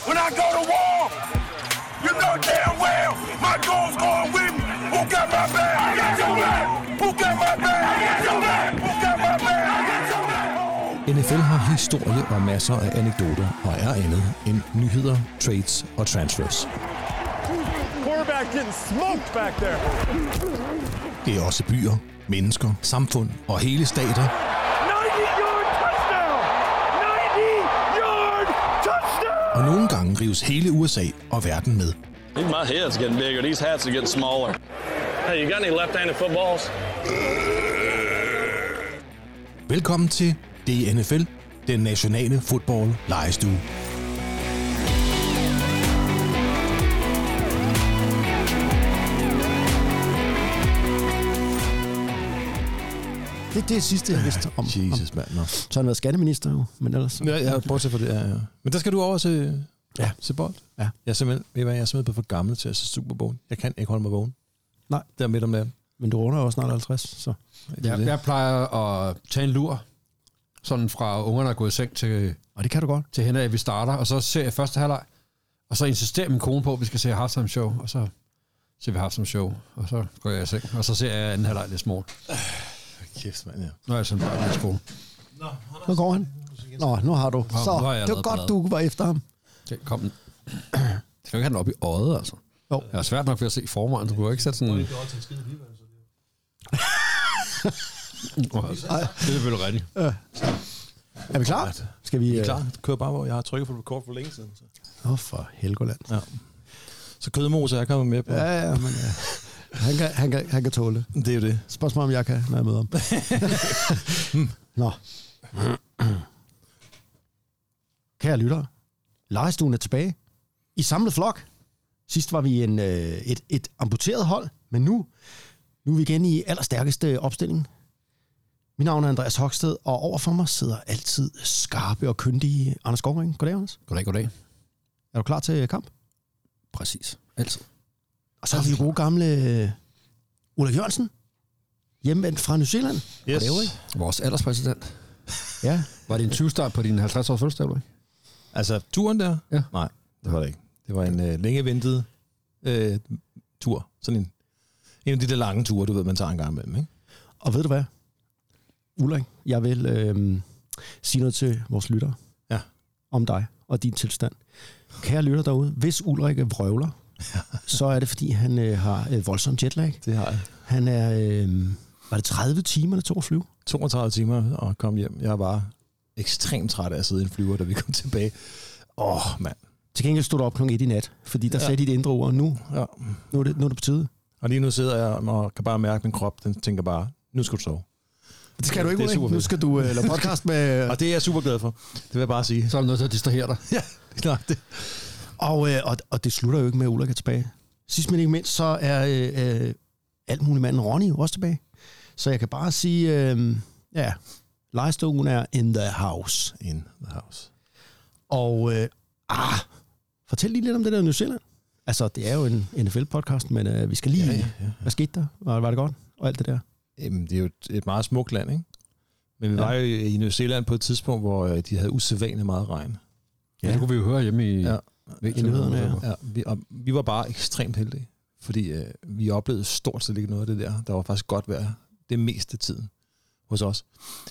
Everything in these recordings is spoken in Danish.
when I go to war. You know damn well my goal's going with me. Who got my back? I got your back. Who got my back? I got your back. Who got my back? I got your back. NFL har historie og masser af anekdoter og er andet end nyheder, trades og transfers. Quarterback getting smoked back there. Det er også byer, mennesker, samfund og hele stater. 90-yard touchdown! 90-yard touchdown! Og nogle gange rives hele USA og verden med. My head's getting bigger. These hats are getting smaller. Hey, you got any left-handed footballs? Velkommen til DNFL, den nationale fodbold legestue. Det er det sidste, jeg vidste om. Jesus, mand. No. Så har han været skatteminister jo, men ellers... Ja, bortset for det, ja. Men der skal du over til bold. Ja. Jeg er simpelthen blevet for gammel til at se Super Bowl. Jeg kan ikke holde mig vågen. Nej. Der midt om dagen. Men du runder jo snart 50, så... Jeg plejer at tage en lur, sådan fra ungerne er gået i seng til... Og det kan du godt. Til hen af, vi starter, og så ser jeg første halvleg, og så insisterer min kone på, at vi skal se halftime show, og så ser vi halftime show, og så går jeg i seng, og så ser jeg anden halvleg lidt små. Kæft, mand, ja. Nu er jeg sådan bare i skole. Nu går han. Nå, nu har du. Så, det var godt, du var efter ham. Det kom den. Det skal ikke have den op i øjet, altså. Jo. Jeg er svært nok ved at se forvejen, du kunne ikke sætte sådan... Det er selvfølgelig rigtigt. Er vi klar? Skal vi... Vi er klar. Du kører bare, hvor jeg har trykket på record for længe siden. For Helgoland. Ja. Så Kødmose er kommet med på. Ja, men han kan tåle det. Det er jo det. Spørgsmål, om jeg kan, når jeg møder ham. Nå. Kære lyttere, legestuen er tilbage. I samlet flok. Sidst var vi et amputeret hold, men nu er vi igen i allerstærkeste opstilling. Mit navn er Andreas Hoksted, og overfor mig sidder altid skarpe og kyndige Anders Skovring. Goddag, Anders. Goddag. Er du klar til kamp? Præcis. Altid. Og så har vi jo gode gamle Ulrik Jørgensen, hjemvendt fra New Zealand. Yes. Vores alderspræsident. Ja. Var det en 20-start på din 50-års fødselsdag, eller? Altså, turen der? Ja. Nej, det var det ikke. Det var en længe ventet tur. Sådan en af de der lange ture, du ved, man tager en gang imellem, ikke? Og ved du hvad, Ulrik, jeg vil sige noget til vores lyttere om dig og din tilstand. Kære lytter derude, hvis Ulrik vrøvler, så er det, fordi han har voldsom jetlag. Det har jeg. Han er, var det 30 timer, det tog at flyve? 32 timer og kom hjem. Jeg var bare ekstremt træt af at sidde i en flyver, da vi kom tilbage. Mand. Til gengæld stod du op kl. 1 i nat, fordi der sagde dit indre ord, og nu er det på tide. Og lige nu sidder jeg og kan bare mærke min krop, den tænker bare, nu skal du sove. Det skal du ikke, Ulrik. Nu skal du lave podcast med... Og det er jeg super glad for. Det vil jeg bare sige. Så er du nødt til at distrahere dig. Ja, klart det. Og det slutter jo ikke med, at Ulrik er tilbage. Sidst men ikke mindst, så er alt muligt manden Ronny jo også tilbage. Så jeg kan bare sige, legestuen er in the house. In the house. Og fortæl lige lidt om det der New Zealand. Altså, det er jo en NFL-podcast, men vi skal lige... Ja. Hvad skete der? Var det godt? Og alt det der? Jamen, det er jo et meget smukt land, ikke? Men vi var jo i New Zealand på et tidspunkt, hvor de havde usædvanligt meget regn. Ja, det kunne vi jo høre hjemme i... Vi var bare ekstremt heldige, fordi vi oplevede stort set ikke noget af det der. Der var faktisk godt vejr det meste af tiden hos os.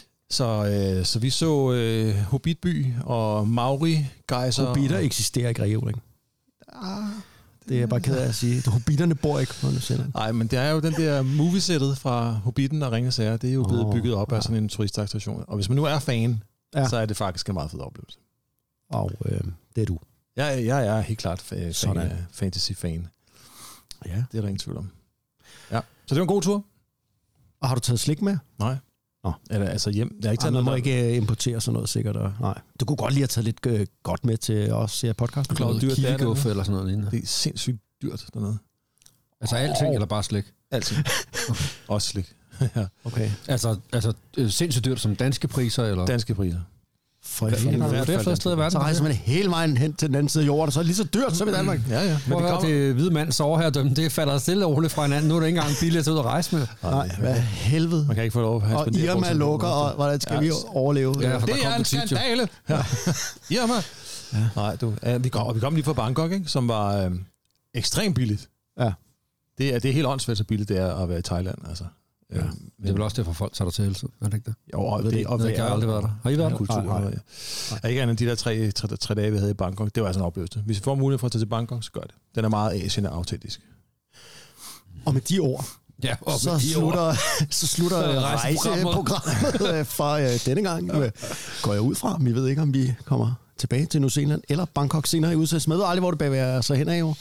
Så vi så Hobbitby og Maori-gejser. Hobbiter eksisterer ikke rigtig, Ulrik. Det er jeg bare ked af at sige. Hobbiterne bor ikke på New Zealand. Nej, men det er jo den der moviesættet fra Hobbiten og Ringenes Herre. Det er jo blevet bygget op af sådan en turistattraktion. Og hvis man nu er fan, så er det faktisk en meget fed oplevelse. Og det er du. Jeg er helt klart fantasy-fan. Ja. Det er der ingen tvivl om. Ja. Så det var en god tur. Og har du taget slik med? Nej. Eller altså hjem. Jeg har ikke taget man må ikke importere sådan noget sikkert. Nej. Du kunne godt lige have taget lidt godt med til os her podcasten. Noget kildeguffe eller sådan noget lignende. Det er sindssygt dyrt dernede. Altså alting eller bare slik? Alting. Okay. Også slik. Ja. Okay. Altså sindssygt dyrt som danske priser eller? Danske priser. For det er sted i verden. Så rejser man hele vejen hen til den anden side af jorden, og så er det lige så dyrt som i Danmark. Ja. Men det kommer... Det hvide mands overherredømme, det falder stille og roligt fra hinanden. Nu er det ikke engang billigt at tage ud og rejse med. Nej, hvad helvede. Man kan ikke få lov at have og Irma lukker, og hvordan skal vi overleve? Ja, det er en skandale. Irma. Ja. Nej, vi kom lige fra Bangkok, ikke? Som var ekstremt billigt. Ja. Det er helt åndssvagt, så billigt det er at være i Thailand, altså. Ja. Det er vel også derfor, folk tager der til hele tiden, er det ikke det? Jo, og det jeg har aldrig været der. Har I været der? Kultur. Nej. Ikke andet end de der tre dage, vi havde i Bangkok, det var altså en oplevelse. Hvis vi får mulighed for at tage til Bangkok, så gør det. Den er meget Asien og autentisk. Og med de ord, Ja, så slutter rejseprogrammet for denne gang. Går jeg ud fra. Vi ved ikke, om vi kommer tilbage til New Zealand eller Bangkok senere i udsendelsen. Man ved aldrig, hvor det bevæger sig hen af jo.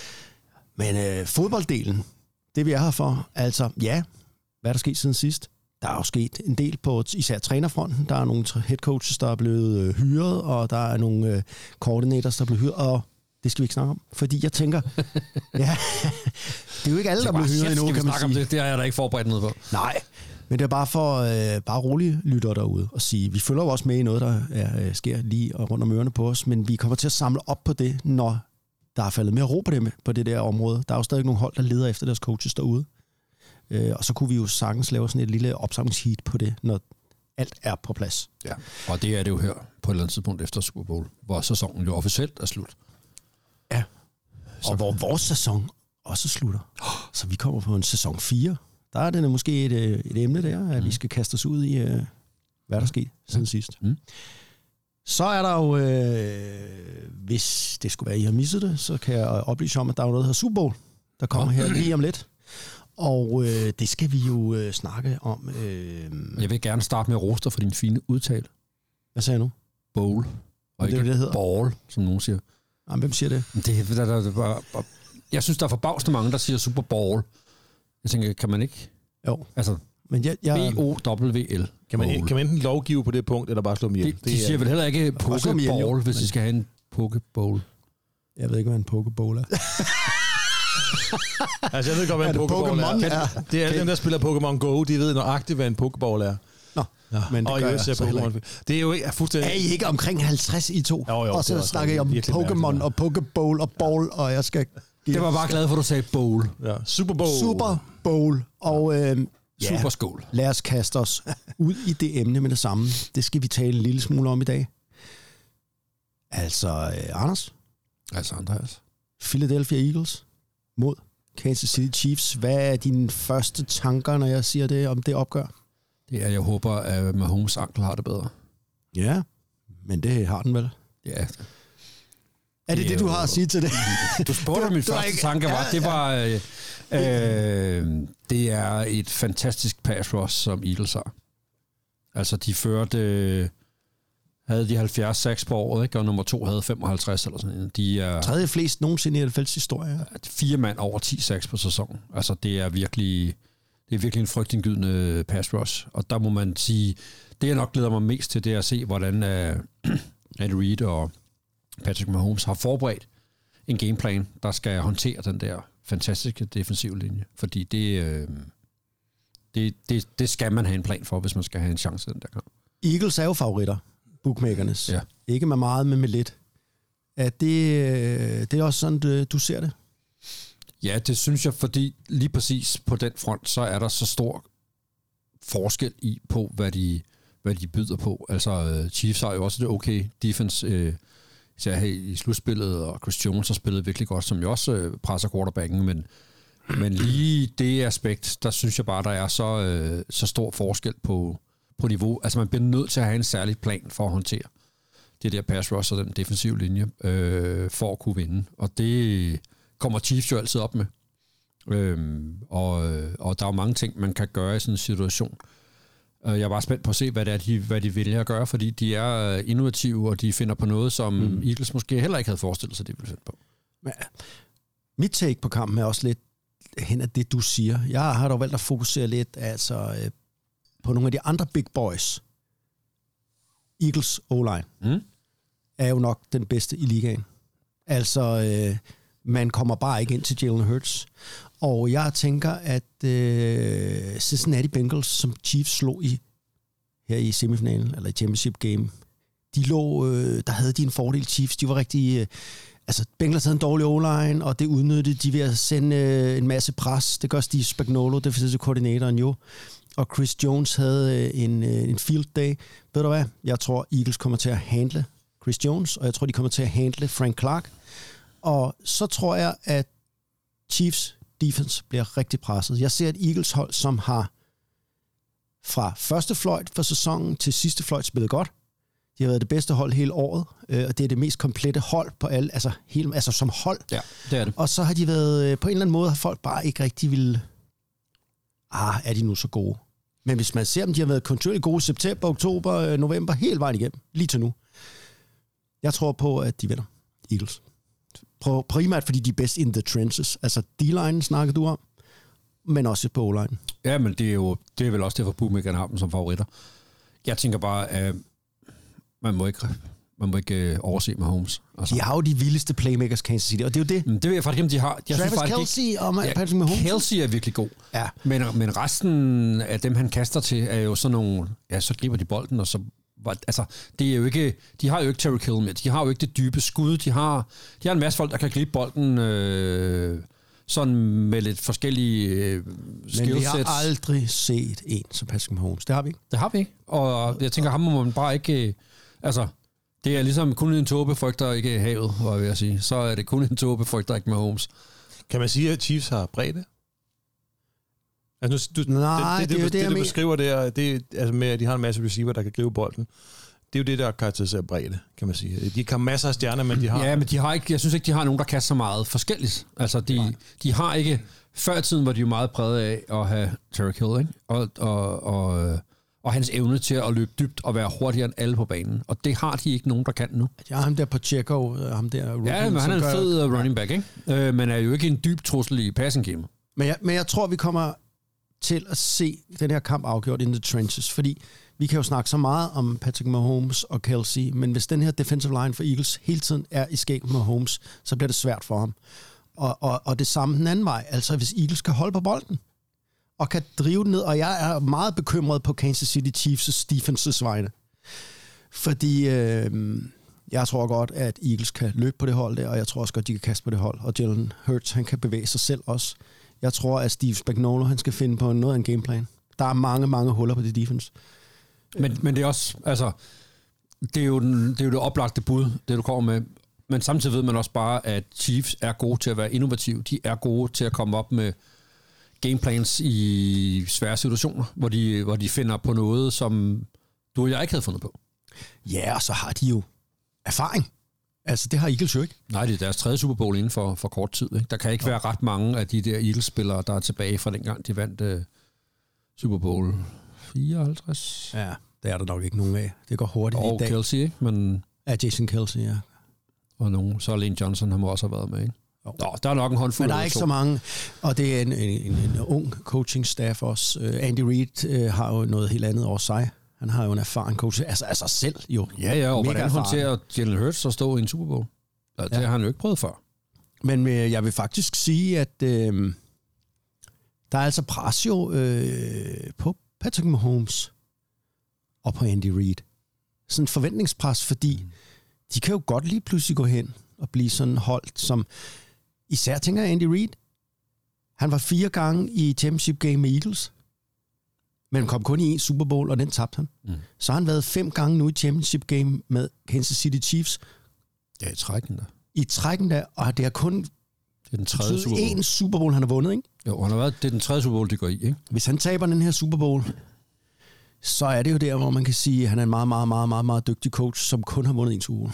Men fodbolddelen, det vi er her for, altså ja, hvad er der sket siden sidst? Der er jo sket en del på især trænerfronten. Der er nogle headcoaches, der er blevet hyret, og der er nogle coordinators, der er blevet hyret, og det skal vi ikke snakke om, fordi jeg tænker, ja, det er jo ikke alle, der er blevet hyret endnu, kan man sige. Det har jeg da ikke forberedt noget på. Nej, men det er bare for bare rolige lytter derude og sige, vi følger jo også med i noget, der sker lige rundt om ørerne på os, men vi kommer til at samle op på det, når der er faldet mere ro på det der område. Der er jo stadig nogle hold, der leder efter deres coaches derude. Og så kunne vi jo sagtens lave sådan et lille opsamlingsheat på det, når alt er på plads. Ja, og det er det jo her på et eller andet tidspunkt efter Super Bowl, hvor sæsonen jo officielt er slut. Ja, og hvor vores sæson også slutter. Så vi kommer på en sæson 4. Der er det måske et emne der, at vi skal kaste os ud i, hvad der skete siden sidst. Så er der jo, hvis det skulle være, I har misset det, så kan jeg oplyse om, at der er noget, der hedder Super Bowl, der kommer her lige om lidt. Og det skal vi jo snakke om. Jeg vil gerne starte med at rose dig for din fine udtale. Hvad sagde jeg nu? Bowl. Og det ikke det hedder ball, som nogen siger. Jamen, hvem siger det? Jeg synes, der er forbavsende mange, der siger Super Bowl. Jeg tænker, kan man ikke? Jo. Altså, men B-O-W-L. Kan man enten lovgive på det punkt, eller bare slå dem ihjel? De siger vel heller ikke pokeball, hvis de skal have en pokeball. Jeg ved ikke, hvad en pokeball er. Altså, jeg ved godt, hvad en pokeball er. Det er alle dem, der spiller Pokémon Go, de ved nøjagtigt, hvad en pokeball er. Nå, ja, men og jeg ser Pokémon. Det er jo ikke fuldstændig... Er I ikke omkring 50 i to? Jo, og så snakker jeg om Pokémon og Pokeball og Ball, og jeg skal... Det var bare glad for, at du sagde bowl. Ja, Super Bowl. Super Bowl. Og Super skål. Lad os kaste os ud i det emne med det samme. Det skal vi tale en lille smule om i dag. Altså, Anders? Altså, Andreas. Philadelphia Eagles mod Kansas City Chiefs. Hvad er dine første tanker, når jeg siger det om det opgør? Det er, jeg håber, at Mahomes ankel har det bedre. Ja, men det har den vel. Ja. Er det du har at sige til det? Du spurgte, min første tanke var, det er et fantastisk pass rush, som Eagles har. Altså, de førte... havde de 70-6 på året, ikke? Og nummer 2 havde 55 eller sådan noget. De er tredje flest nogensinde i NFL's historie. 4 mand over 10-6 på sæsonen. Altså, det er virkelig en frygtindgydende pass rush. Og der må man sige, det jeg nok glæder mig mest til, det er at se, hvordan Andy Reid og Patrick Mahomes har forberedt en gameplan, der skal håndtere den der fantastiske defensive linje. Fordi det skal man have en plan for, hvis man skal have en chance i den der kamp. Eagles er jo favoritter, bookmakernes. Ja. Ikke med meget, men med lidt. Er det er også sådan, du ser det? Ja, det synes jeg, fordi lige præcis på den front, så er der så stor forskel på, hvad de byder på. Altså, Chiefs har jo også det okay defense, især her i slutspillet, og Chris Jones har spillet virkelig godt, som jo også presser quarterbacken, men lige det aspekt, der synes jeg bare, der er så stor forskel på niveau. Altså, man bliver nødt til at have en særlig plan for at håndtere det der pass rush og den defensive linje, for at kunne vinde. Og det kommer Chiefs jo altid op med. Og der er jo mange ting, man kan gøre i sådan en situation. Jeg er bare spændt på at se, hvad de vælger at gøre, fordi de er innovative, og de finder på noget, som Eagles måske heller ikke havde forestillet sig, de ville finde på. Mit take på kampen er også lidt hen af det, du siger. Jeg har dog valgt at fokusere lidt på nogle af de andre big boys. Eagles O-line er jo nok den bedste i ligaen. Altså, man kommer bare ikke ind til Jalen Hurts. Og jeg tænker, at Cincinnati Bengals, som Chiefs slog her i semifinalen, eller i championship game, der havde de en fordel. Chiefs, de var rigtig... Bengals havde en dårlig O-line, og det udnyttede de ved at sende en masse pres. Det gør Steve Spagnuolo, defensive koordinatoren jo. Og Chris Jones havde en field day. Ved du hvad? Jeg tror, Eagles kommer til at handle Chris Jones, og jeg tror, de kommer til at handle Frank Clark. Og så tror jeg, at Chiefs defense bliver rigtig presset. Jeg ser et Eagles-hold, som har fra første fløjt for sæsonen til sidste fløjt spillet godt. De har været det bedste hold hele året, og det er det mest komplette hold på alle, altså som hold. Ja, det er det. Og så har de været, på en eller anden måde har folk bare ikke rigtig ville, er de nu så gode? Men hvis man ser dem, de har været kontinuerligt gode september, oktober, november, hele vejen igennem, lige til nu. Jeg tror på, at de vinder Eagles. Primært fordi de er bedst in the trenches. Altså D-line snakker du om, men også på O-line. Ja, men det er vel også derfor, bookmakerne har dem som favoritter. Jeg tænker bare, at man må ikke overse Mahomes. Altså. De har jo de vildeste playmakers, Kansas City, og det er jo det. Det ved jeg faktisk ikke, om de har. Travis Kelce og Patrick Mahomes. Kelce er virkelig god. Ja. Men resten af dem, han kaster til, er jo sådan nogle... Ja, så griber de bolden, og så... Altså, det er jo ikke... De har jo ikke Tyreek Hill med. De har jo ikke det dybe skud. De har en masse folk, der kan gribe bolden... sådan med lidt forskellige skillsets. Men vi har aldrig set en som Patrick Mahomes. Det har vi ikke. Det har vi ikke. Og jeg tænker, ham må man bare ikke... Altså, det er ligesom kun en tåbe frygter ikke havet, hvad vil jeg sige. Så er det kun en tåbe frygter ikke Mahomes. Kan man sige, at Chiefs har bredde? Altså, Nej, det er jo det, du beskriver der, det altså med, at de har en masse receiver, der kan gribe bolden. Det er jo det, der karakteriserer bredde, kan man sige. De har masser af stjerner, men de har... Ja, men de har ikke, jeg synes ikke, de har nogen, der kaster så meget forskelligt. Altså, de har ikke... Før i tiden var de jo meget præget af at have Tyreek Hill, ikke? Og hans evne til at løbe dybt og være hurtigere end alle på banen. Og det har de ikke nogen, der kan nu. Jeg har ham der på Pacheco, ham der... Ja, men han er en fed running back, ikke? Men er jo ikke en dyb trussel i passing game. Men jeg tror, vi kommer til at se den her kamp afgjort in the trenches, fordi vi kan jo snakke så meget om Patrick Mahomes og Kelce, men hvis den her defensive line for Eagles hele tiden er i skæg med Mahomes, så bliver det svært for ham. Og det samme den anden vej, altså hvis Eagles kan holde på bolden, og kan drive den ned, og jeg er meget bekymret på Kansas City Chiefs' defenses vegne. Fordi jeg tror godt, at Eagles kan løbe på det hold der, og jeg tror også godt, de kan kaste på det hold. Og Jalen Hurts, han kan bevæge sig selv også. Jeg tror, at Steve Spagnuolo, han skal finde på noget af en gameplan. Der er mange, mange huller på det defense. Men det er også, altså, det er jo det oplagte bud, det du kommer med. Men samtidig ved man også bare, at Chiefs er gode til at være innovative. De er gode til at komme op med gameplans i svære situationer, hvor de finder på noget, som du og jeg ikke havde fundet på. Ja, og så har de jo erfaring. Altså, det har Eagles jo ikke. Nej, det er deres 3. Super Bowl inden for kort tid. Ikke? Der kan ikke være ret mange af de der Eagles-spillere, der er tilbage fra dengang, de vandt Super Bowl 54. Ja, det er der nok ikke nogen af. Det går hurtigt i dag. Og Kelce, ikke? Men... Ja, Jason Kelce, ja. Og nogen. Så Lane Johnson, han må også have været med, ikke? Nå, der er nok en håndfuld. Men der er ikke så mange. Og det er en ung coaching-staff også. Andy Reid har jo noget helt andet over sig. Han har jo en erfaren coach. Altså selv jo. Ja, og hvordan håndterer Jalen Hurts at stå i en Super Bowl? Det har han jo ikke prøvet før. Men jeg vil faktisk sige, at der er altså pres jo på Patrick Mahomes og på Andy Reid. Sådan en forventningspres, fordi de kan jo godt lige pludselig gå hen og blive sådan holdt, som især tænker Andy Reid. Han var 4 gange i championship game med Eagles, men kom kun i en Super Bowl, og den tabte han. Så har han været 5 gange nu i championship game med Kansas City Chiefs. Ja, i trækken der. I trækken der, og det er kun det er den 3. Super Bowl. En Super Bowl, han har vundet, ikke? Jo, det er den 3. Super Bowl, de går i, ikke? Hvis han taber den her Super Bowl, så er det jo der, hvor man kan sige, at han er en meget, meget, meget, meget, meget dygtig coach, som kun har vundet en Super Bowl.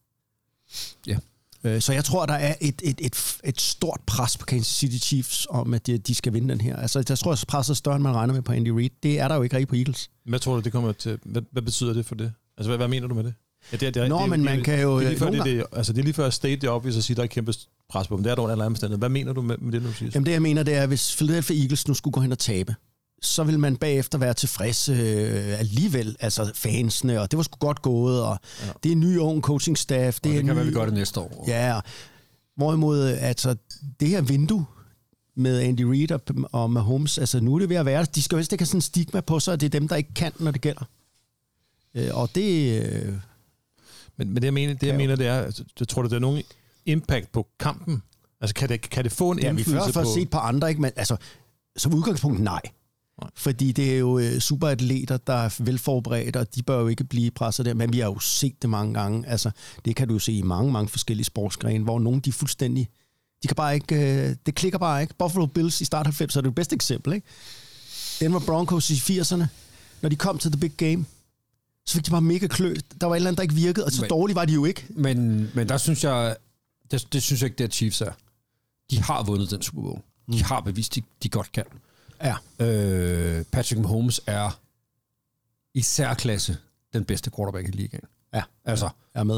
Ja. Så jeg tror, der er et stort pres på Kansas City Chiefs om, at de skal vinde den her. Altså, jeg tror, at presset er større, end man regner med på Andy Reid. Det er der jo ikke rigtig på Eagles. Hvad tror du, det kommer til? Hvad betyder det for det? Altså, hvad mener du med det? Ja, men man kan jo... Det er lige før at state det op, hvis jeg siger, der er kæmpe pres på dem. Det er der under alle omstændigheder. Hvad mener du med det, du siger? Jamen, det jeg mener, det er, hvis Philadelphia Eagles nu skulle gå hen og tabe, så vil man bagefter være tilfreds alligevel, altså fansene, og det var sgu godt gået, og det er en ny ung coaching-staff. Det kan være, vi gør det næste år. Ja, hvorimod, altså, det her vindue med Andy Reid og Mahomes, altså nu er det ved at være, de skal vist ikke have sådan en stigma på sig, at det er dem, der ikke kan, når det gælder. Og det... Men det, jeg mener, det er, altså, jeg tror, der er nogen impact på kampen. Altså, kan det få en indflydelse på... Vi før set på andre, ikke? Men altså, som udgangspunkt, nej. Nej. Fordi det er jo superatleter, der er velforberedte, og de bør jo ikke blive presset der. Men vi har jo set det mange gange. Altså, det kan du jo se i mange forskellige sportsgrene, hvor nogle de fuldstændig... De kan bare ikke... det klikker bare ikke. Buffalo Bills i start 90, så er det bedste eksempel, ikke? Denver Broncos i 80'erne, når de kom til the big game, så fik de bare mega klø. Der var et eller andet, der ikke virkede, og så dårligt var de jo ikke. Men der synes jeg... Det synes jeg ikke, det er Chiefs er. De har vundet den Super Bowl. De har bevist, de godt kan. Ja. Patrick Mahomes er i særklasse den bedste quarterback i ligaen. Ja. Altså. Jeg er med.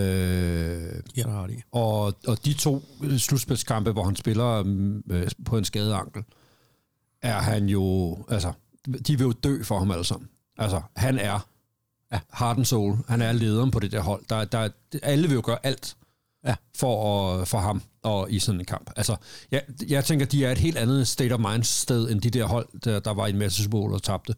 Og de 2 slutspilskampe, hvor han spiller på en skadet ankel, er han jo... Altså, de vil jo dø for ham alle sammen. Altså, han er heart and soul. Han er lederen på det der hold. Alle vil jo gøre alt for ham og i sådan en kamp. Altså, jeg tænker, de er et helt andet state of mind sted, end de der hold, der var i en masse Super Bowl og tabte.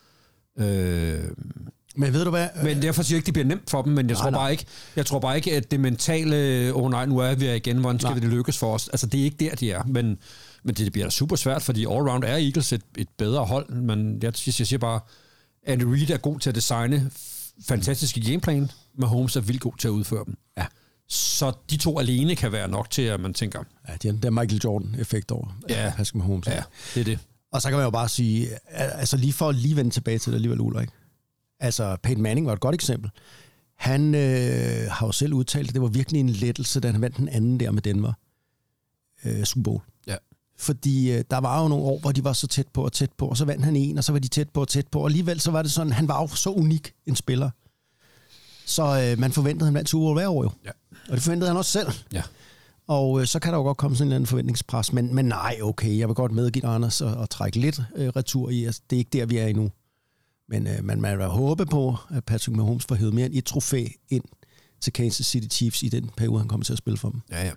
Men ved du hvad? Men derfor siger jeg ikke, det bliver nemt for dem, men jeg tror bare ikke, at det mentale, nej, nu er vi her igen, hvordan skal det lykkes for os? Altså, det er ikke der, de er, men det bliver super svært, fordi all-round er Eagles et bedre hold, men jeg siger bare, Andy Reid er god til at designe fantastiske gameplan, Mahomes er vildt god til at udføre dem. Ja. Så de 2 alene kan være nok til, at man tænker... Ja, det er Michael Jordan-effekt over Patrick Mahomes. Ja, det er det. Og så kan man jo bare sige, altså lige for at lige vende tilbage til det alligevel, Ulrik. Altså, Peyton Manning var et godt eksempel. Han har jo selv udtalt, at det var virkelig en lettelse, da han vandt den anden der med Denver Super Bowl. Ja. Fordi der var jo nogle år, hvor de var så tæt på, og så vandt han en, og så var de tæt på. Og alligevel så var det sådan, han var jo så unik en spiller. Så man forventede, han vandt Super Bowl hver år jo. Ja. Og det forventede han også selv. Ja. Og så kan der jo godt komme sådan en eller anden forventningspres. Men nej, okay, jeg vil godt medgive dig, Anders, og trække lidt retur i. Altså, det er ikke der, vi er endnu. Men man vil håbe på, at Patrick Mahomes får hævet mere end et trofæ ind til Kansas City Chiefs i den periode, han kommer til at spille for dem. Ja.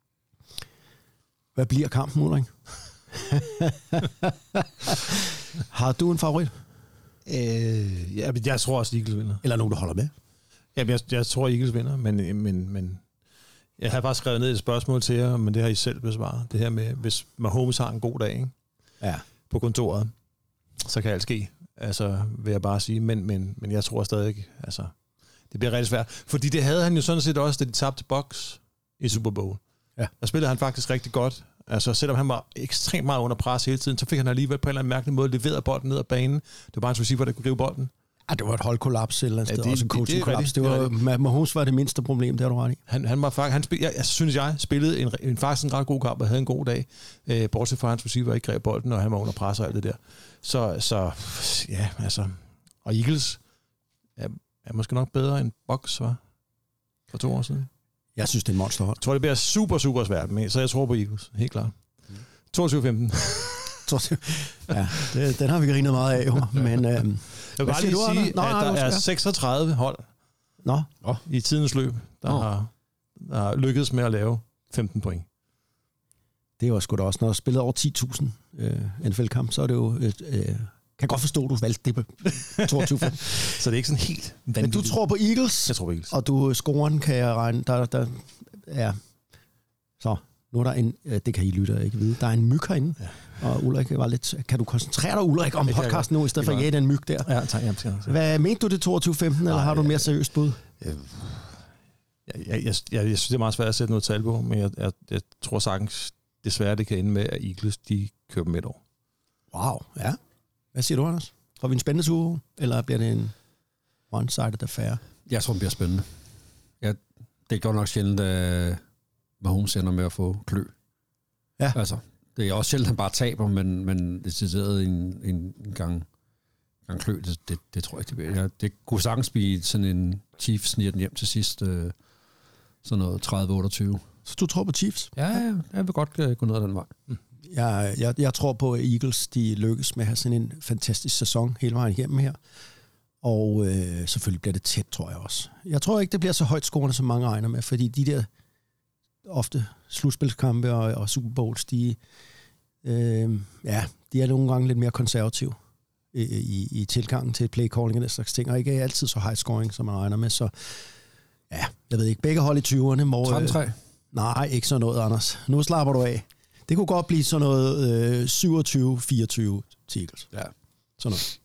Hvad bliver kampen, Ulrik? Har du en favorit? Jeg tror også, Eagles vinder. Eller nogen, der holder med? Jeg tror, Eagles vinder, men jeg har faktisk skrevet ned et spørgsmål til jer, men det har I selv besvaret. Det her med, hvis Mahomes har en god dag, ikke? Ja. På kontoret, så kan alt ske. Altså, vil jeg bare sige. Men jeg tror stadig, altså, det bliver rigtig svært. Fordi det havde han jo sådan set også, da de tabte Bucks i Super Bowl. Ja. Der spillede han faktisk rigtig godt. Altså, selvom han var ekstremt meget under pres hele tiden, så fik han alligevel på en eller anden mærkelig måde leveret bolden ned ad banen. Det var bare en receiver, der kunne gribe bolden. Ja, det var et holdkollaps eller andet sted, også en coaching-kollaps. Mahomes var det mindste problem, det har du ret i. Han var faktisk, jeg spillede faktisk en ret god kamp og havde en god dag, bortset fra hans receiver ikke greb bolden, og han var under pres og alt det der. Så ja, altså, og Eagles er måske nok bedre end Bucks, var for 2 år siden. Jeg synes, det er en monsterhold. Jeg tror, det bliver super, super svært med, så jeg tror på Eagles, helt klart. 22-15. Ja, den har vi grinet meget af, jo. Men jeg vil bare lige sige, at der er 36 hold i tidens løb, der har lykkedes med at lave 15 point. Det var sgu da også, når du spillede over 10.000 NFL-kamp, så er det jo... kan godt forstå, at du valgte det på 22. Så det er ikke sådan helt vanvittigt. Men du tror på Eagles? Jeg tror på Eagles. Og du scoren kan jeg regne... Ja. Så, nu er der en... Det kan I lytte ikke vide. Der er en myg herinde. Ja. Og Ulrik var lidt... Kan du koncentrere dig, Ulrik, om podcasten nu, i stedet for at jage den myg der? Ja, tak. Hvad mente du det 22-15, eller har du mere seriøst bud? Jeg synes, det er meget svært at sætte noget tal på, men jeg tror sagtens, desværre det kan ende med, at Eagles, de kører dem et år. Wow, ja. Hvad siger du, Anders? Får vi en spændende uge, eller bliver det en one-sided affair? Jeg tror, det bliver spændende. Det er godt nok sjældent, at Mahomes ender med at få klø. Ja. Altså, det er også sjældent, at han bare taber, men det sidder en gang klø. Det tror jeg ikke, det bliver. Det kunne sagtens blive sådan en Chiefs sniger den hjem til sidst. Sådan noget 30-28. Så du tror på Chiefs? Ja, jeg vil godt gå ned ad den vej. Jeg tror på, at Eagles de lykkes med at have sådan en fantastisk sæson hele vejen igennem her. Og selvfølgelig bliver det tæt, tror jeg også. Jeg tror ikke, det bliver så højt scorende, som mange regner med, fordi de der ofte slutspilskampe og Super Bowls, de er nogle gange lidt mere konservative i tilgangen til play calling og den slags ting, og ikke altid så high scoring, som man regner med. Så ja, jeg ved ikke, begge hold i 20'erne. 13-3? Nej, ikke sådan noget, Anders. Nu slapper du af. Det kunne godt blive sådan noget 27-24 til Eagles. Ja. Sådan noget.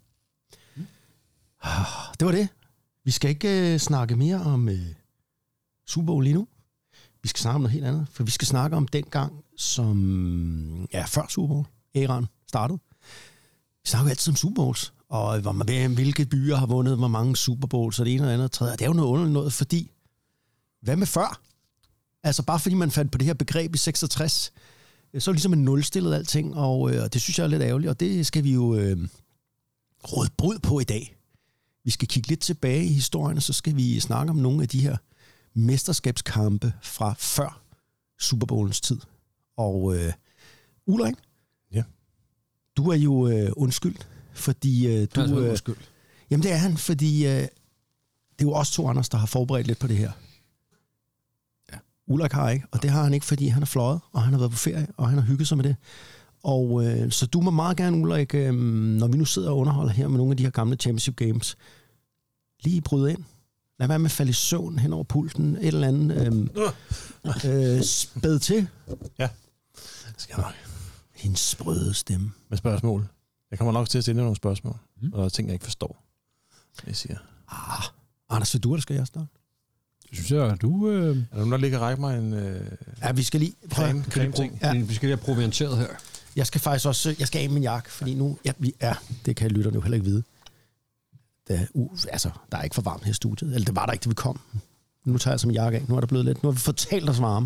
Det var det. Vi skal ikke snakke mere om Super Bowl lige nu. Vi skal snakke om noget helt andet, for vi skal snakke om den gang, som før Super Bowl-æraen startede. Vi snakker jo altid om Super Bowls, og hvilke byer har vundet hvor mange Super Bowls, og det ene og andet og tredje. Det er jo noget underligt noget, fordi hvad med før? Altså bare fordi man fandt på det her begreb i 66, så ligesom man nulstillede alting, og det synes jeg er lidt ærgerligt, og det skal vi jo råde brud på i dag. Vi skal kigge lidt tilbage i historien, og så skal vi snakke om nogle af de her mesterskabskampe fra før Super Bowlens tid. Og Ulrik, ja. Du er jo undskyld, fordi du... undskyld. Jamen det er han, fordi det er jo os to, Anders, der har forberedt lidt på det her. Ja. Ulrik har ikke, og det har han ikke, fordi han er fløjet, og han har været på ferie, og han har hygget sig med det. Og så du må meget gerne, Ulrik, når vi nu sidder og underholder her med nogle af de her gamle Championship Games, lige bryde ind. Lad være med at falde i søvn hen over pulten, et eller andet. Spæd til. Ja, det skal jeg nok. Din sprøde stemme. Med spørgsmål. Jeg kommer nok til at stille nogle spørgsmål, og der er ting, jeg ikke forstår. Jeg siger. Anders, vil du, eller skal jeg starte? Det synes jeg, du... Er der nogen, der ligger og række mig en... Ja, vi skal lige... creme-ting? Ja. Vi skal lige have provianteret her. Jeg skal faktisk også... Jeg skal af min jakke, fordi nu... det kan lytterne jo heller ikke vide. Der er ikke for varmt her i studiet. Eller det var der ikke, da vi kom. Nu tager jeg altså min jakke af. Nu er der blevet lidt... Nu har vi fortalt os varme.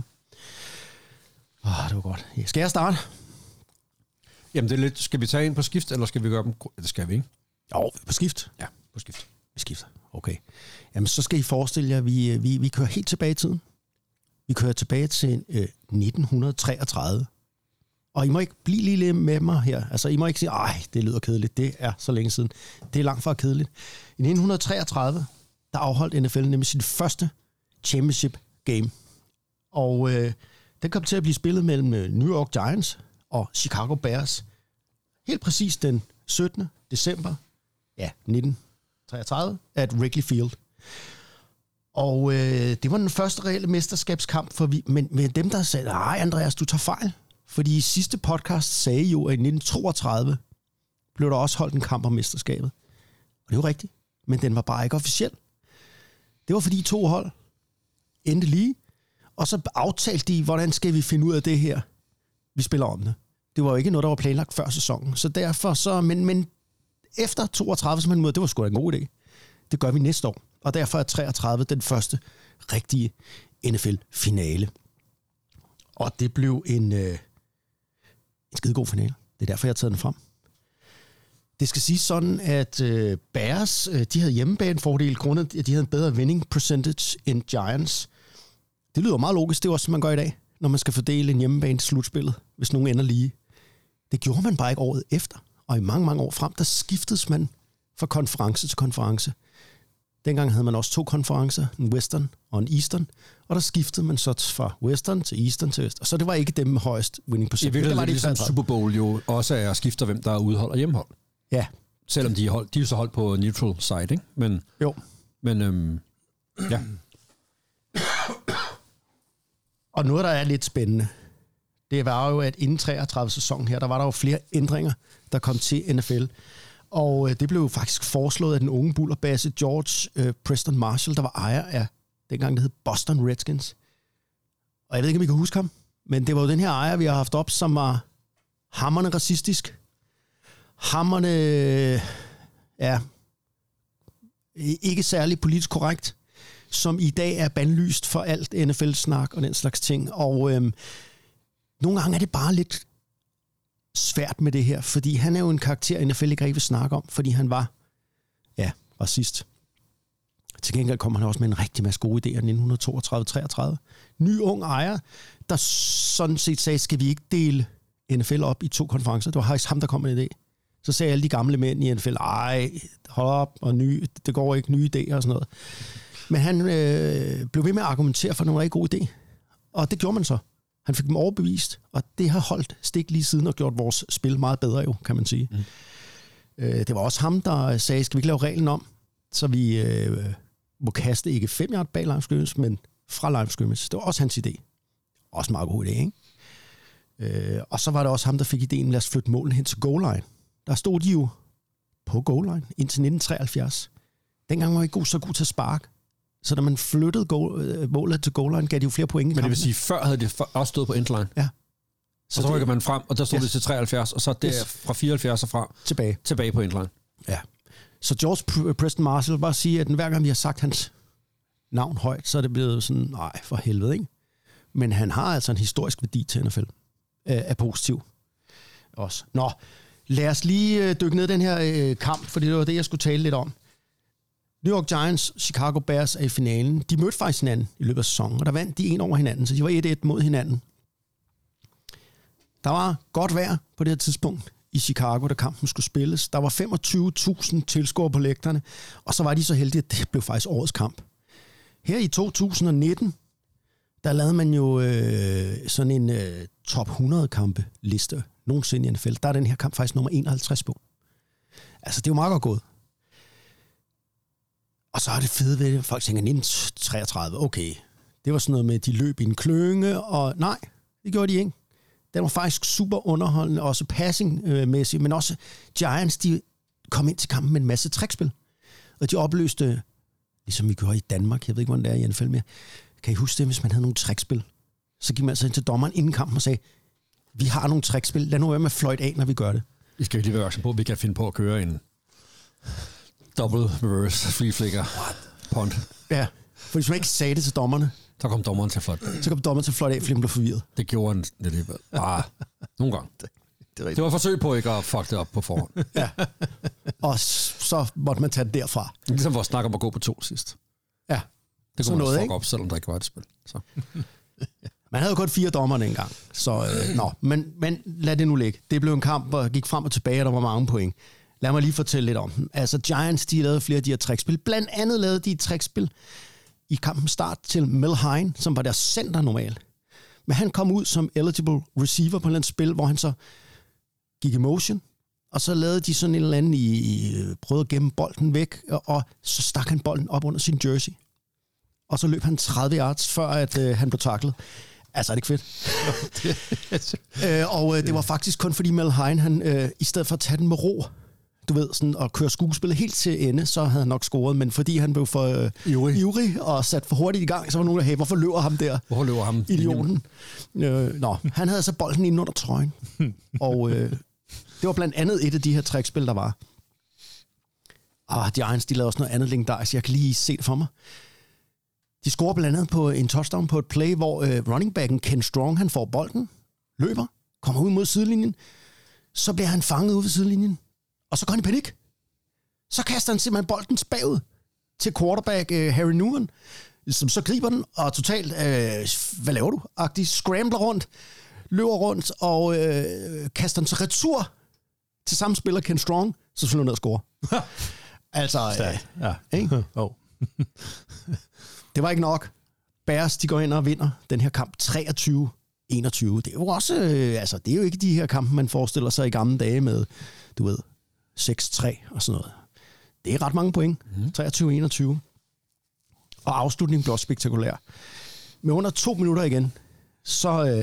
Det var godt. Skal jeg starte? Jamen, det er lidt... Skal vi tage ind på skift, eller skal vi gøre dem... Det skal vi, ikke? Jo, på skift. Ja, på skift. Vi skifter. Okay. Jamen, så skal I forestille jer, vi kører helt tilbage i tiden. Vi kører tilbage til 1933. Og I må ikke blive lige lidt med mig her. Altså, I må ikke sige, det lyder kedeligt. Det er så længe siden. Det er langt fra kedeligt. I 1933, der afholdt NFL nemlig sit første championship game. Og den kom til at blive spillet mellem New York Giants og Chicago Bears. Helt præcis den 17. december 1933 at Wrigley Field. Og det var den første reelle mesterskabskamp for men dem, der sagde, Andreas, du tager fejl. Fordi i sidste podcast sagde I jo, at i 1932 blev der også holdt en kamp om mesterskabet. Og det var rigtigt, men den var bare ikke officiel. Det var fordi 2 hold endte lige, og så aftalte de, hvordan skal vi finde ud af det her? Vi spiller om det. Det var jo ikke noget, der var planlagt før sæsonen. Så derfor så, men efter 32, så man måde, det var sgu da en god idé. Det gør vi næste år. Og derfor er 33 den første rigtige NFL-finale. Og det blev en skidegod finale. Det er derfor, jeg har taget den frem. Det skal siges sådan, at Bears, de havde hjemmebanefordel, grundet at de havde en bedre winning percentage end Giants. Det lyder meget logisk, det er også, som man gør i dag, når man skal fordele en hjemmebane til slutspillet, hvis nogen ender lige. Det gjorde man bare ikke året efter. Og i mange, mange år frem, der skiftedes man fra konference til konference. Dengang havde man også 2 konferencer, en Western og en Eastern, og der skiftede man så fra Western til Eastern til Western. Så det var ikke dem med højst winning percentage. I virkeligheden ligesom Super Bowl jo også er at skifte, hvem der er udhold og hjemmehold. Ja. Selvom de er jo så holdt på neutral side, ikke? Men, jo. Men, ja. Og noget, der er lidt spændende, det var jo, at inden 33 sæsonen her, der var der jo flere ændringer, der kom til NFL. Og det blev jo faktisk foreslået af den unge bullerbasse George Preston Marshall, der var ejer af, dengang det hed Boston Redskins. Og jeg ved ikke, om I kan huske ham, men det var jo den her ejer, vi har haft op, som var hamrende racistisk. Hamrende, ikke særlig politisk korrekt, som i dag er bandlyst for alt NFL-snak og den slags ting. Og nogle gange er det bare lidt svært med det her, fordi han er jo en karakter, NFL ikke rigtig vil snakke om, fordi han var, racist. Til gengæld kom han også med en rigtig masse gode idéer 1932-33. Ny ung ejer, der sådan set sagde, skal vi ikke dele NFL op i 2 konferencer? Det var faktisk ham, der kom med en idé. Så sagde alle de gamle mænd i NFL, hold op, og det går ikke, nye idéer og sådan noget. Men han blev ved med at argumentere for nogle rigtig gode idéer. Og det gjorde man så. Han fik dem overbevist, og det har holdt stik lige siden og gjort vores spil meget bedre jo, kan man sige. Det var også ham, der sagde, skal vi ikke lave reglen om, så vi må kaste ikke 5 yard bag line scrimmage, men fra line scrimmage. Det var også hans idé. Også en meget god idé, ikke? Og så var det også ham, der fik idéen, lad os flytte målen hen til goal line. Der stod de jo på goal line indtil 1973. Dengang var ikke så god til at sparke. Så da man flyttede målet til goal line, gav de jo flere point i Men det vil kampene. sige, før havde det også stået på endline. Ja. Så rykker man frem, og der stod det til 73, og så der fra 74 og fra tilbage på endline. Ja. Så George Preston Marshall, bare sige, at hver gang vi har sagt hans navn højt, så er det blevet sådan, nej, for helvede, ikke? Men han har altså en historisk værdi til NFL. Er positiv også. Nå, lad os lige dykke ned i den her kamp, for det var det, jeg skulle tale lidt om. New York Giants, Chicago Bears er i finalen. De mødte faktisk hinanden i løbet af sæsonen, og der vandt de en over hinanden, så de var 1-1 mod hinanden. Der var godt vejr på det her tidspunkt i Chicago, da kampen skulle spilles. Der var 25.000 tilskuere på lægterne, og så var de så heldige, at det blev faktisk årets kamp. Her i 2019, der lavede man jo sådan en top 100 kampe liste nogensinde i NFL. Der er den her kamp faktisk nummer 51 på. Altså, det er jo meget godt gået. Og så er det fede ved det, folk tænker 1933, okay, det var sådan noget med, de løb i en klønge, og nej, det gjorde de ikke. Den var faktisk super underholdende, også passing-mæssigt, men også Giants, de kom ind til kampen med en masse trækspil. Og de opløste, ligesom vi gjorde i Danmark, jeg ved ikke, hvordan det er i NFL mere. Kan I huske det, hvis man havde nogle trækspil? Så gik man altså ind til dommeren inden kampen og sagde, vi har nogle trækspil, lad nu være med at fløjte af, når vi gør det. Vi skal lige være opmærksom på, at vi kan finde på at køre en double reverse flea flicker punt. Ja, for hvis man ikke sagde det til dommerne, så kom dommeren til flot. Så kom dommeren til flot af, fordi han blev forvirret. Det gjorde han alligevel. Nogle gange. Det var et forsøg på ikke at fuck det op på forhånd. Ja. Og så måtte man tage det derfra. Ligesom vores snak om at gå på 2 sidst. Ja. Det kunne man også fuck op, selvom der ikke var et spil. Så. Man havde jo kun 4 dommer dengang. Så, men lad det nu ligge. Det blev en kamp, hvor gik frem og tilbage, og der var mange point. Lad mig lige fortælle lidt om den. Altså, Giants, de lavede flere af de her trækspil. Blandt andet lavede de et trækspil i kampen start til Mel Hein, som var deres center normalt. Men han kom ud som eligible receiver på et spil, hvor han så gik i motion, og så lavede de sådan en eller anden prøvede at gemme bolden væk, og så stak han bolden op under sin jersey. Og så løb han 30 yards, før at han blev tacklet. Altså, er det ikke fedt? Og det var faktisk kun fordi Mel Hein, han i stedet for at tage den med ro, du ved, sådan at køre skuespillet helt til ende, så havde han nok scoret, men fordi han blev for ivrig og sat for hurtigt i gang, så var nogen, der, hey, hvorfor løber ham der? Hvorfor løber ham? Idioten. Han havde så bolden inde under trøjen. Og det var blandt andet et af de her trækspil, der var. Giants, de lavede også noget andet legendarisk. Jeg kan lige se det for mig. De scorer blandt andet på en touchdown på et play, hvor running backen Ken Strong, han får bolden, løber, kommer ud mod sidelinjen, så bliver han fanget ude ved sidelinjen, og så går han i panik. Så kaster han simpelthen bolden bagud til quarterback Harry Newman, som så griber den, og totalt, hvad laver du? Agtigt scrambler rundt, løber rundt, og kaster den så retur til samme spiller Ken Strong, så slår han ned og scorer. Altså, ikke? Oh. Det var ikke nok. Bears, de går ind og vinder den her kamp 23-21. Det er jo også, det er jo ikke de her kampe, man forestiller sig i gamle dage med, du ved, 6-3 og sådan noget. Det er ret mange point. 23-21. Og afslutningen blev også spektakulær. Med under 2 minutter igen, så,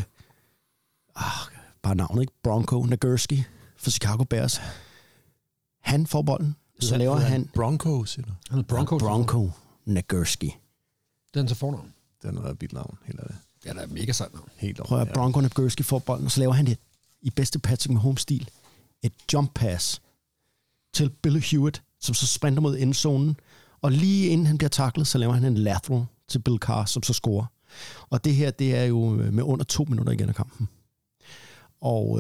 bare navnet, ikke? Bronco Nagurski for Chicago Bears. Han får bolden. Så laver han... Bronco, siger du? Han er Bronco Nagurski. Den til fornavn. Den er et vildt navn, helt af det. Ja, det er mega sejt navn. Helt Prøv at Bronco Nagurski får bolden, og så laver han det i bedste Patrick Mahomes-stil. Et jump pass til Billy Hewitt, som så sprinter mod endzonen. Og lige inden han bliver tacklet, så laver han en lateral til Bill Carr, som så scorer. Og det her, det er jo med under 2 minutter igen af kampen. Og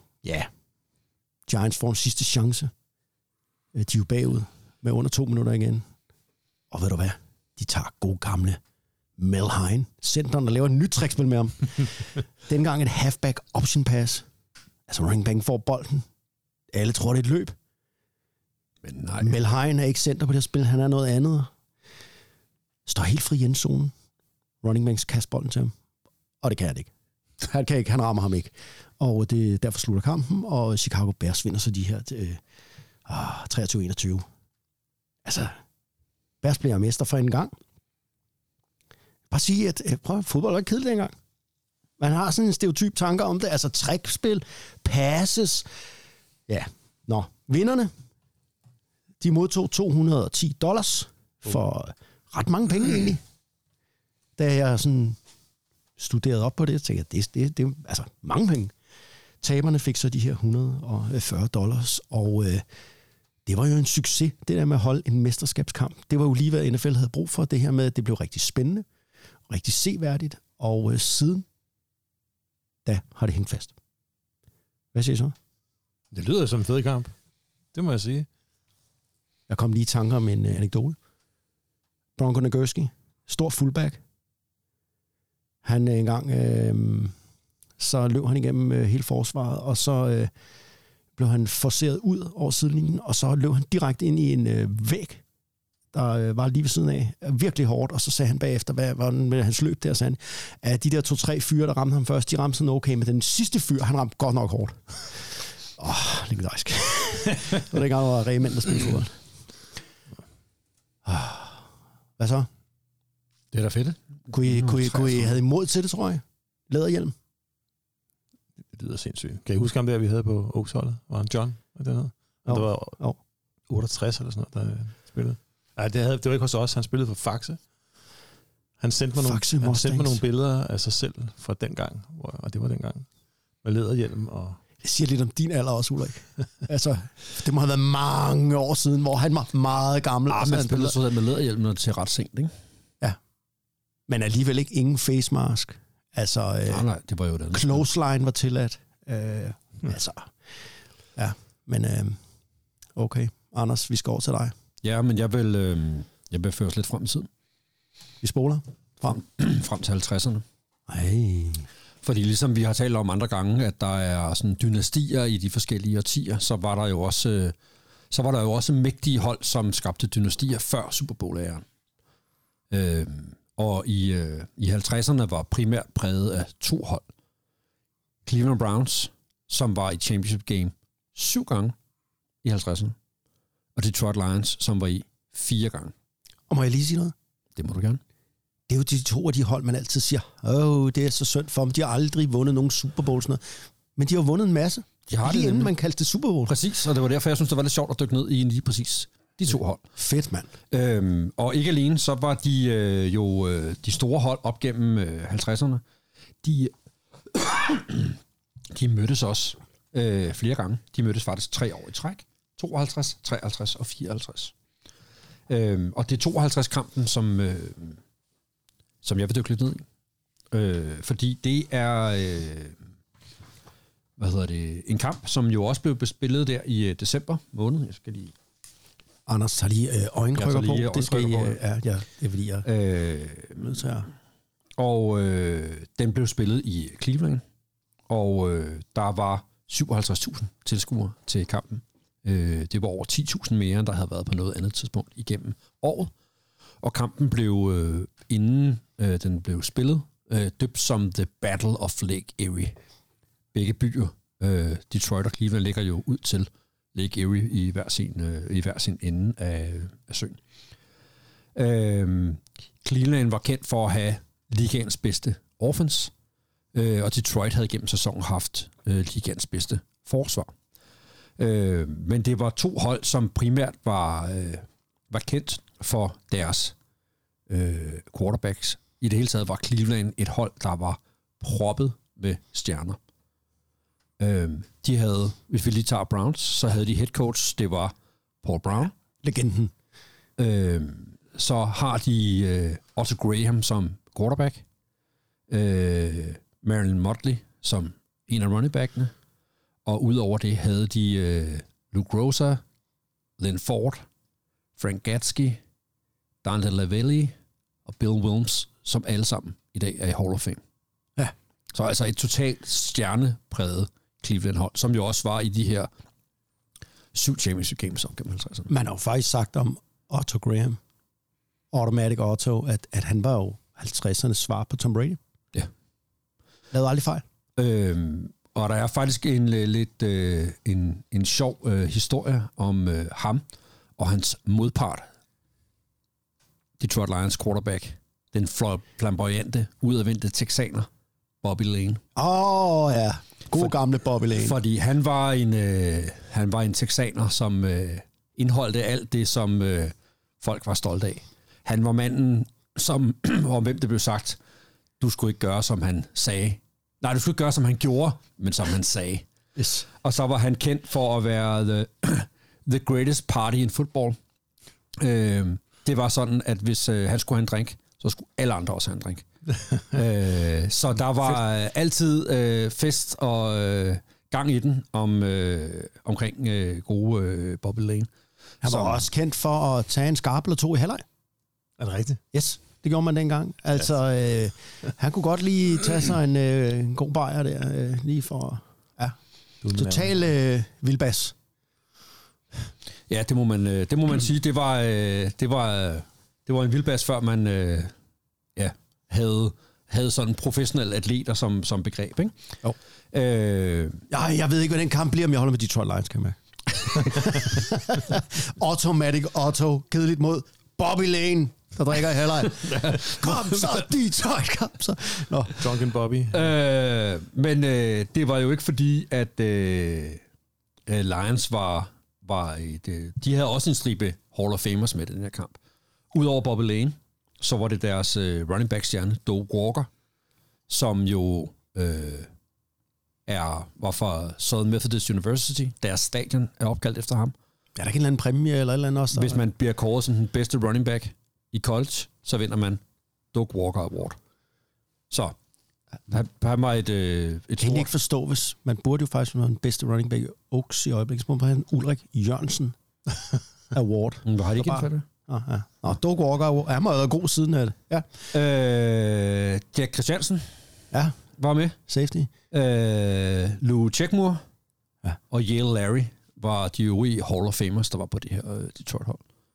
Giants får en sidste chance. De er jo bagud med under 2 minutter igen. Og ved du hvad? De tager god gamle Mel Hein, centeren, der laver et nyt trækspil med ham. Dengang et halfback option pass. Altså running back får bolden. Alle tror, det er et løb. Men nej. Mel Hein er ikke center på det her spil. Han er noget andet. Står helt fri i endzonen. Running backs kaster bolden til ham. Og det kan han ikke. Han kan ikke. Han rammer ham ikke. Og derfor slutter kampen, og Chicago Bears vinder så de her 23-21. Altså, Bears bliver mester for en gang. Bare sige, at fodbold er ikke kedeligt engang. Man har sådan en stereotyp tanker om det. Altså trækspil, passes. Ja, vinderne. De modtog $210 for ret mange penge egentlig. Da jeg sådan studerede op på det, tænkte jeg, det er altså mange penge. Taberne fik så de her $140, og det var jo en succes, det der med at holde en mesterskabskamp. Det var jo lige, hvad NFL havde brug for, det her med, at det blev rigtig spændende, rigtig seværdigt, og siden da har det hængt fast. Hvad siger I så? Det lyder som en fed kamp. Det må jeg sige. Jeg kom lige i tanker om en anekdote. Bronco Nagurski, stor fullback. Han engang, så løb han igennem hele forsvaret, og så blev han forceret ud over sidelinjen, og så løb han direkte ind i en væg, der var lige ved siden af. Virkelig hårdt, og så sagde han bagefter, hvad hans løb der, sagde han, at de der 2-3 fyre, der ramte ham først, de ramte sådan okay, men den sidste fyr, han ramte godt nok hårdt. Legendarisk. Det var dengang, der var rige mænd, der spillede fodbold. Hvad så? Det er da fedt. Kunne I have imod til det, tror jeg? Læderhjelm? Det lyder sindssygt. Kan I huske ham der, vi havde på Oaks-holdet? Var han John? Det var 68 eller sådan noget, der spillede. Nej, det var ikke hos os. Han spillede for Faxe. Han sendte mig nogle billeder af sig selv fra dengang, og det var dengang. Med læderhjelm og... Det siger lidt om din alder også, Ulrik. Altså, det må have været mange år siden, hvor han var meget gammel. Man spillede sådan med læderhjelm til ret sent, ikke? Ja. Men alligevel ikke ingen face mask. Altså, nej, det var jo det. Clothesline var tilladt. Altså, ja. Men okay, Anders, vi skal over til dig. Ja, men jeg vil føre os lidt frem i tiden. Vi spoler frem til 50'erne. Ej. Fordi ligesom vi har talt om andre gange, at der er sådan dynastier i de forskellige årtier, så var der jo også mægtige hold, som skabte dynastier før Super Bowl-æren. Og i 50'erne var primært præget af 2 hold. Cleveland Browns, som var i championship game 7 gange i 50'erne. Og Detroit Lions, som var i 4 gange. Og må jeg lige sige noget? Det må du gerne. Det er jo de 2 af de hold, man altid siger, det er så synd for dem. De har aldrig vundet nogen Super Bowls. Men de har vundet en masse. De har lige inden man kaldte det Super Bowl. Præcis, og det var derfor, jeg synes, det var lidt sjovt at dykke ned i lige præcis de 2 hold. Fedt, mand. Og ikke alene, så var de de store hold op gennem 50'erne. De mødtes også flere gange. De mødtes faktisk 3 år i træk. 52, 53 og 54. Og det er 52-kampen, som jeg vil dykke lidt ned i. Fordi det er en kamp, som jo også blev spillet der i december måned. Jeg skal lige... Anders tager lige øjenkrykker på. Det skal I... det er fordi jeg nødt til at... Og den blev spillet i Cleveland, og der var 57.000 tilskuere til kampen. Det var over 10.000 mere, end der havde været på noget andet tidspunkt igennem året. Og kampen blev, inden den blev spillet, døbt som The Battle of Lake Erie. Begge byer, Detroit og Cleveland, ligger jo ud til Lake Erie i hver sin ende af søen. Cleveland var kendt for at have ligaens bedste offense, og Detroit havde gennem sæsonen haft ligaens bedste forsvar. Men det var 2 hold, som primært var kendt for deres quarterbacks. I det hele taget var Cleveland et hold, der var proppet med stjerner. De havde, hvis vi lige tager Browns, så havde de head coach, det var Paul Brown. Legenden. Så har de Otto Graham som quarterback, Marilyn Motley som en af running backene, og udover det havde de Luke Rosa, Lynn Ford, Frank Gatzke, Dante Lavelli og Bill Wilms, som alle sammen i dag er i Hall of Fame. Ja. Så altså et totalt stjernepræget Cleveland-hold, som jo også var i de her 7 championship games op gennem 50'erne. Man har jo faktisk sagt om Otto Graham, Automatic Otto, at han var jo 50'ernes svar på Tom Brady. Ja. Lavede aldrig fejl. Og der er faktisk en sjov historie om ham og hans modpart, Detroit Lions quarterback, den flamboyante, udadvendte texaner, Bobby Lane. Ja. God gamle Bobby Lane. Fordi han var en texaner, som indeholdte alt det, som folk var stolte af. Han var manden, som, om hvem det blev sagt, du skulle ikke gøre, som han sagde. Nej, du skulle ikke gøre, som han gjorde, men som han sagde. Yes. Og så var han kendt for at være the greatest party in football. Det var sådan, at hvis han skulle have en drink, så skulle alle andre også have en drink. Så der var altid fest og gang i den omkring gode Bobby Lane. Han var også kendt for at tage en skarp eller to i halvleg. Er det rigtigt? Yes, det gjorde man dengang. Altså, han kunne godt lige tage sig en god bajer der, lige for... Ja, total vildbas. Ja, det må man sige. Det var en vildbas, før man havde sådan professionelle atleter som begreb, ikke? Jo. Jeg ved ikke, hvad den kamp bliver, om jeg holder med Detroit Lions, kan jeg Automatic Otto, kedeligt mod Bobby Lane, der drikker i halvleg. Kom så, Detroit, kom så. Nå. Drunken Bobby. Men det var jo ikke fordi, at Lions var de havde også en stribe Hall of Famers med den her kamp. Udover Bobby Lane, så var det deres running back stjerne, Doak Walker, som jo var fra Southern Methodist University. Deres stadion er opkaldt efter ham. Er der ikke en eller anden præmie eller et eller andet også? Hvis man bliver kåret som den bedste running back i college, så vinder man Doak Walker Award. Så han var et kan ikke forstå, hvis man burde jo faktisk være den bedste running back i Oaks i øjeblikket. Så må man have en Ulrik Jørgensen Award. Hvor har de ikke indført det? Ja. Nå, Doak Walker, han må have været god siden af det. Ja. Jack Christiansen var med. Safety. Lou Checkmore og Yale Larry var de øvrige Hall of Famers, der var på det her Detroit-hold.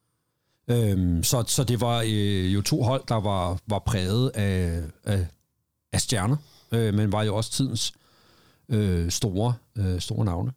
Så det var jo to hold, der var præget af stjerner, men var jo også tidens store navne.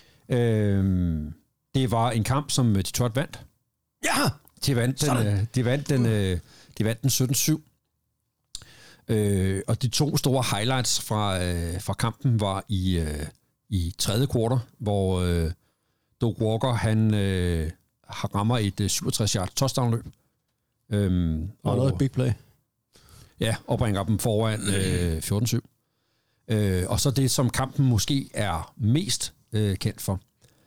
Det var en kamp, som Detroit vandt. Ja! De vandt den 17-7. Og de to store highlights fra kampen var i tredje kvartal, hvor Doak Walker han rammer et 67-yard touchdown-løb. Og noget big play. Ja, og bringer dem foran 14-7. Og så det, som kampen måske er mest kendt for.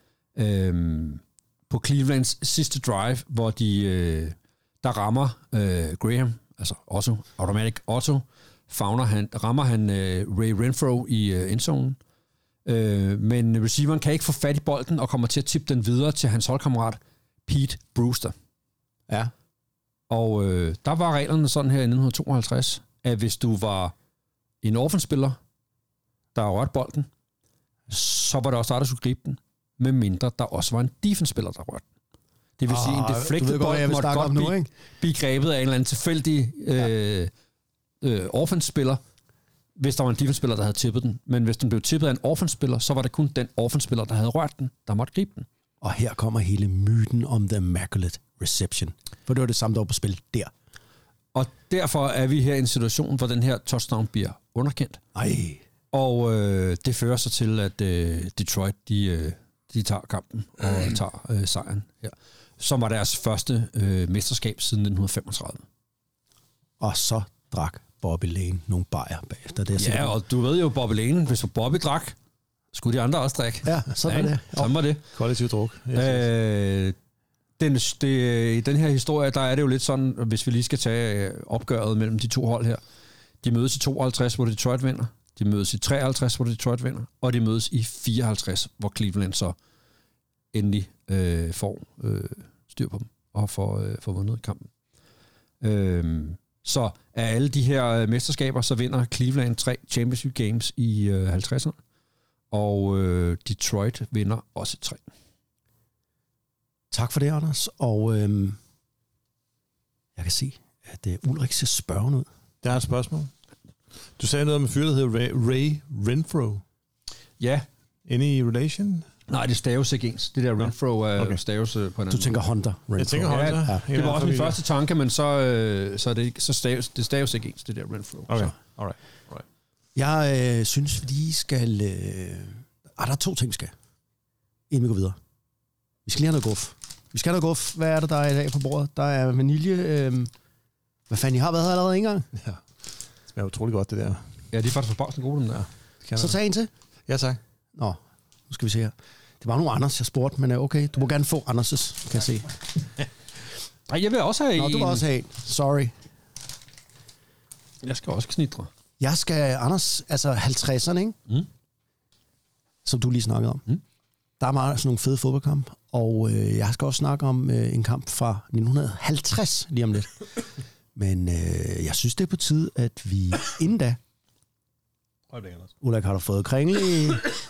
På Clevelands sidste drive, hvor der rammer Graham, altså Otto, Automatic Otto, rammer han Ray Renfro i endzonen. Men receiveren kan ikke få fat i bolden og kommer til at tippe den videre til hans holdkammerat Pete Brewster. Ja. Og der var reglerne sådan her i 1952, at hvis du var en offenspiller, der rørte bolden, så var det også dig, der skulle gribe den, med mindre der også var en defense-spiller, der rørte den. Det vil sige, en deflected bold måtte godt blive grebet af en eller anden tilfældig offense-spiller, hvis der var en defense-spiller, der havde tippet den. Men hvis den blev tippet af en offense-spiller, så var det kun den offense-spiller, der havde rørt den, der måtte gribe den. Og her kommer hele myten om The Immaculate Reception. For det var det samme, der var på spil der. Og derfor er vi her i en situation, hvor den her touchdown bliver underkendt. Ej. Og det fører så til, at Detroit, de tager kampen og tager sejren her. Som var deres første mesterskab siden 1935. Og så drak Bobby Lane nogle bajer bagefter. Det ja, og du ved jo, Bobby Lane, hvis Bobby drak, skulle de andre også drikke. Ja, sådan var det. Sådan var det. Kollektiv druk. I den her historie, der er det jo lidt sådan, hvis vi lige skal tage opgøret mellem de to hold her. De mødes i 52, hvor Detroit vinder. De mødes i 53, hvor Detroit vinder. Og de mødes i 54, hvor Cleveland så endelig får styr på dem og får vundet kampen. Så af alle de her mesterskaber, så vinder Cleveland 3 championship games i 50'erne. Og Detroit vinder også 3. Tak for det, Anders. Og jeg kan se, at Ulrik ser spørgende ud. Der er et spørgsmål. Du sagde noget om en fyr, der hedder Ray Renfro. Ja. Any relation? Nej, det staves ikke ens. Det der Renfro er staves på en anden. Du tænker Hunter Renfro. Jeg tænker Hunter. Ja. Det var også min første tanke, men så det staves ikke ens, det der Renfro. Okay, alright. Jeg synes, vi skal... der er 2 ting, vi skal. Inden vi går videre. Vi skal lige have noget guf. Vi skal have noget guf. Hvad er det, der er i dag på bordet? Der er vanilje. Hvad fanden, I har været her allerede en gang? Ja. Det smager utrolig godt, det der. Ja, de er faktisk forbavsende gode, dem der. Så tag en til. Ja, tak. Nå, nu skal vi se her. Det var nu Anders, jeg spurgte, men okay, du må gerne få Anders' kan jeg se. Nej, jeg vil også have en. Nå, du vil også have en. Sorry. Jeg skal også knitre. Jeg skal, Anders, altså 50'erne, ikke? Mm. Som du lige snakkede om. Mm. Der er meget sådan nogle fede fodboldkampe, og jeg skal også snakke om en kamp fra 1950 lige om lidt. Men jeg synes, det er på tide, at vi inden da... Ulrik, har du fået kringle i...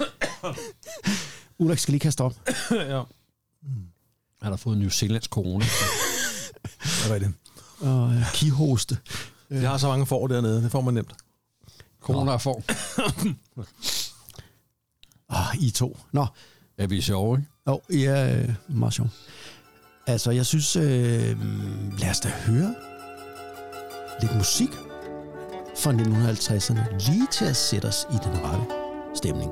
Ulrik skal lige kaste op. Ja. Han har fået New Zealands corona. Hvad er det? Og kihoste. Jeg har så mange får dernede, det får man nemt. Corona er for. I to. Nå. Er vi sjove, ikke? Jo, ja, meget sjovt. Altså, jeg synes, lad os da høre lidt musik fra 1950'erne, lige til at sætte os i den rette stemning.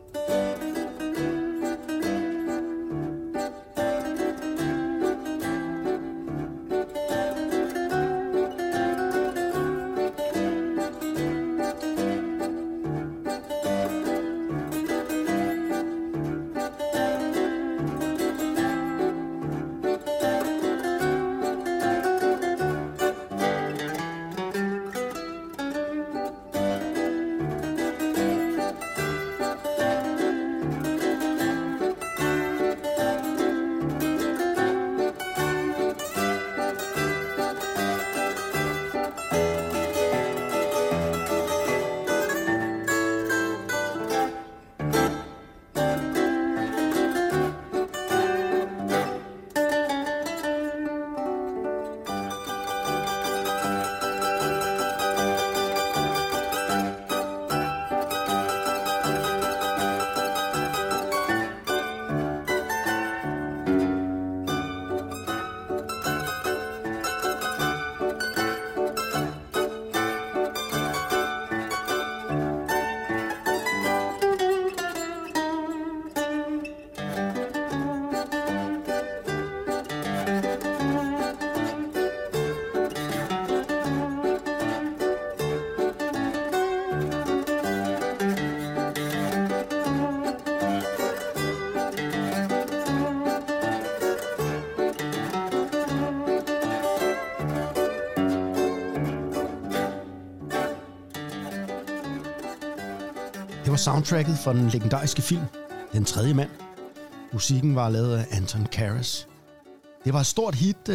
Det var soundtracket fra den legendariske film Den Tredje Mand. Musikken var lavet af Anton Karas. Det var et stort hit,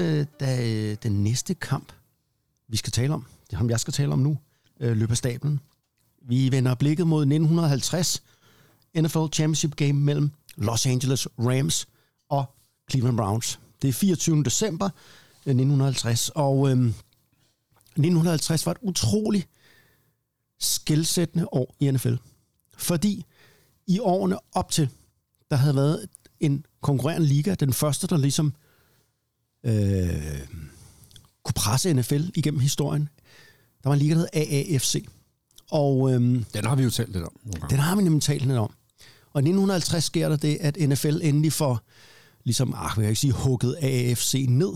da den næste kamp, vi skal tale om, det er ham, jeg skal tale om nu, løb af stablen. Vi vender blikket mod 1950 NFL Championship Game mellem Los Angeles Rams og Cleveland Browns. Det er 24. december 1950, og 1950 var et utroligt skelsættende år i NFL. Fordi i årene op til, der havde været en konkurrerende liga, den første, der ligesom kunne presse NFL igennem historien. Der var en liga, der hed AAFC. Og, den har vi jo talt lidt om. Den har vi nemlig talt lidt om. Og i 1950 sker der det, at NFL endelig får, ligesom, jeg kan ikke sige hugget AAFC ned,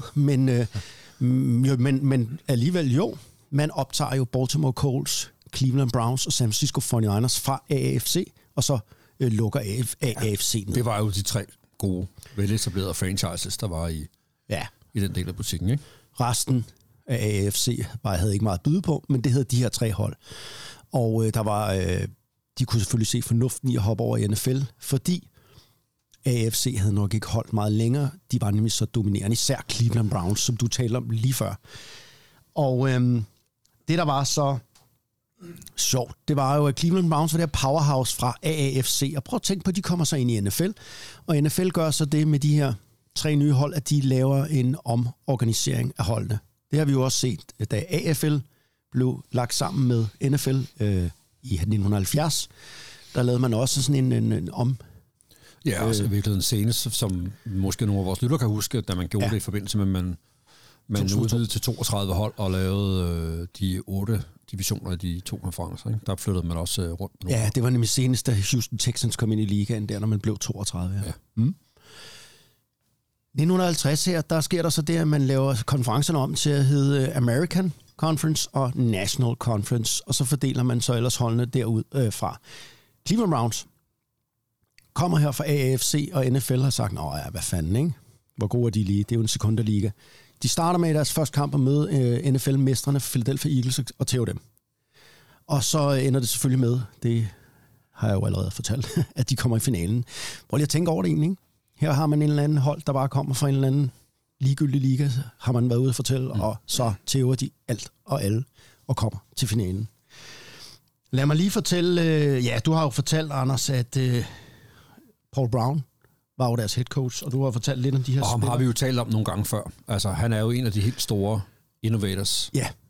men alligevel jo. Man optager jo Baltimore Colts, Cleveland Browns og San Francisco 49ers fra AAFC, og så lukker AAFC ned. Det var jo de tre gode, veletablerede franchises, der var i den del af butikken, ikke? Resten af AAFC havde ikke meget at byde på, men det havde de her tre hold. Og der var, de kunne selvfølgelig se fornuften i at hoppe over i NFL, fordi AFC havde nok ikke holdt meget længere. De var nemlig så dominerende, især Cleveland Browns, som du talte om lige før. Og det, der var så sjovt, det var jo, at Cleveland Browns var der powerhouse fra AAFC. Og prøv at tænke på, at de kommer så ind i NFL. Og NFL gør så det med de her tre nye hold, at de laver en omorganisering af holdene. Det har vi jo også set, da AFL blev lagt sammen med NFL i 1970. Der lavede man også sådan en om... Ja, også i virkeligheden senest, som måske nogle af vores lytter kan huske, da man gjorde det i forbindelse med, at man udvidede til 32 hold og lavede de 8 divisioner i de 2 konferencer. Ikke? Der flyttede man også rundt. Ja, det var nemlig senest, da Houston Texans kom ind i ligaen, der når man blev 32. Ja. Mm. 1950 her, der sker der så det, at man laver konferencerne om til at hedde American Conference og National Conference, og så fordeler man så ellers holdene derud fra. Cleveland Browns kommer her fra AFC, og NFL har sagt, hvad fanden, ikke? Hvor gode er de lige? Det er jo en sekunderliga. De starter med deres første kamp at møde NFL-mestrene Philadelphia Eagles og tæve dem. Og så ender det selvfølgelig med, det har jeg jo allerede fortalt, at de kommer i finalen. Prøv lige at tænke over det egentlig, ikke? Her har man en eller anden hold, der bare kommer fra en eller anden ligegyldig liga, har man været ude at fortælle, og så tæver de alt og alle og kommer til finalen. Lad mig lige fortælle, du har jo fortalt, Anders, at Paul Brown var jo deres head coach, og du har fortalt lidt om de her spillere. Og ham har vi jo talt om nogle gange før. Altså, han er jo en af de helt store innovators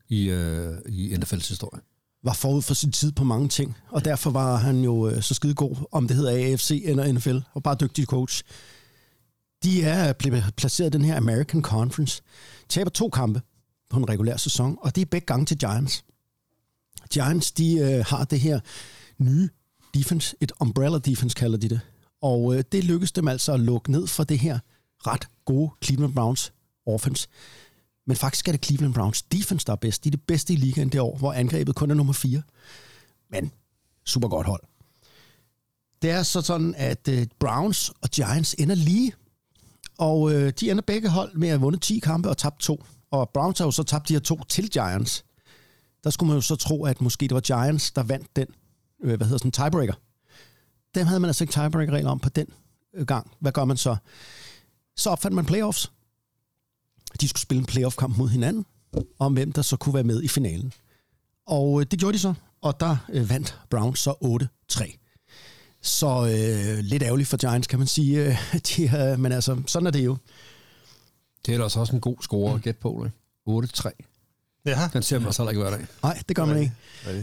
i NFL's historie. Var forud for sin tid på mange ting, og derfor var han jo så skide god, om det hedder AFC eller NFL, og bare dygtig coach. De er blevet placeret i den her American Conference, taber 2 kampe på en regulær sæson, og det er begge gange til Giants. Giants, de har det her nye defense, et umbrella defense kalder de det, og det lykkedes dem altså at lukke ned for det her ret gode Cleveland Browns offense. Men faktisk er det Cleveland Browns defense, der er bedst. De er det bedste i ligaen det år, hvor angrebet kun er nummer 4. Men super godt hold. Det er så sådan, at Browns og Giants ender lige. Og de ender begge hold med at have vundet 10 kampe og tabt 2. Og Browns har jo så tabt de her 2 til Giants. Der skulle man jo så tro, at måske det var Giants, der vandt den, tiebreaker. Dem havde man altså ikke tiebreaker-regler om på den gang. Hvad gør man så? Så opfandt man playoffs. De skulle spille en playoff-kamp mod hinanden, om hvem der så kunne være med i finalen. Og det gjorde de så, og der vandt Browns så 8-3. Så lidt ærgerligt for Giants, kan man sige. Men altså, sådan er det jo. Det er også en god score at gætte på, ikke? 8-3. Ja. Den ser man så ikke hver dag. Nej, det gør man ikke.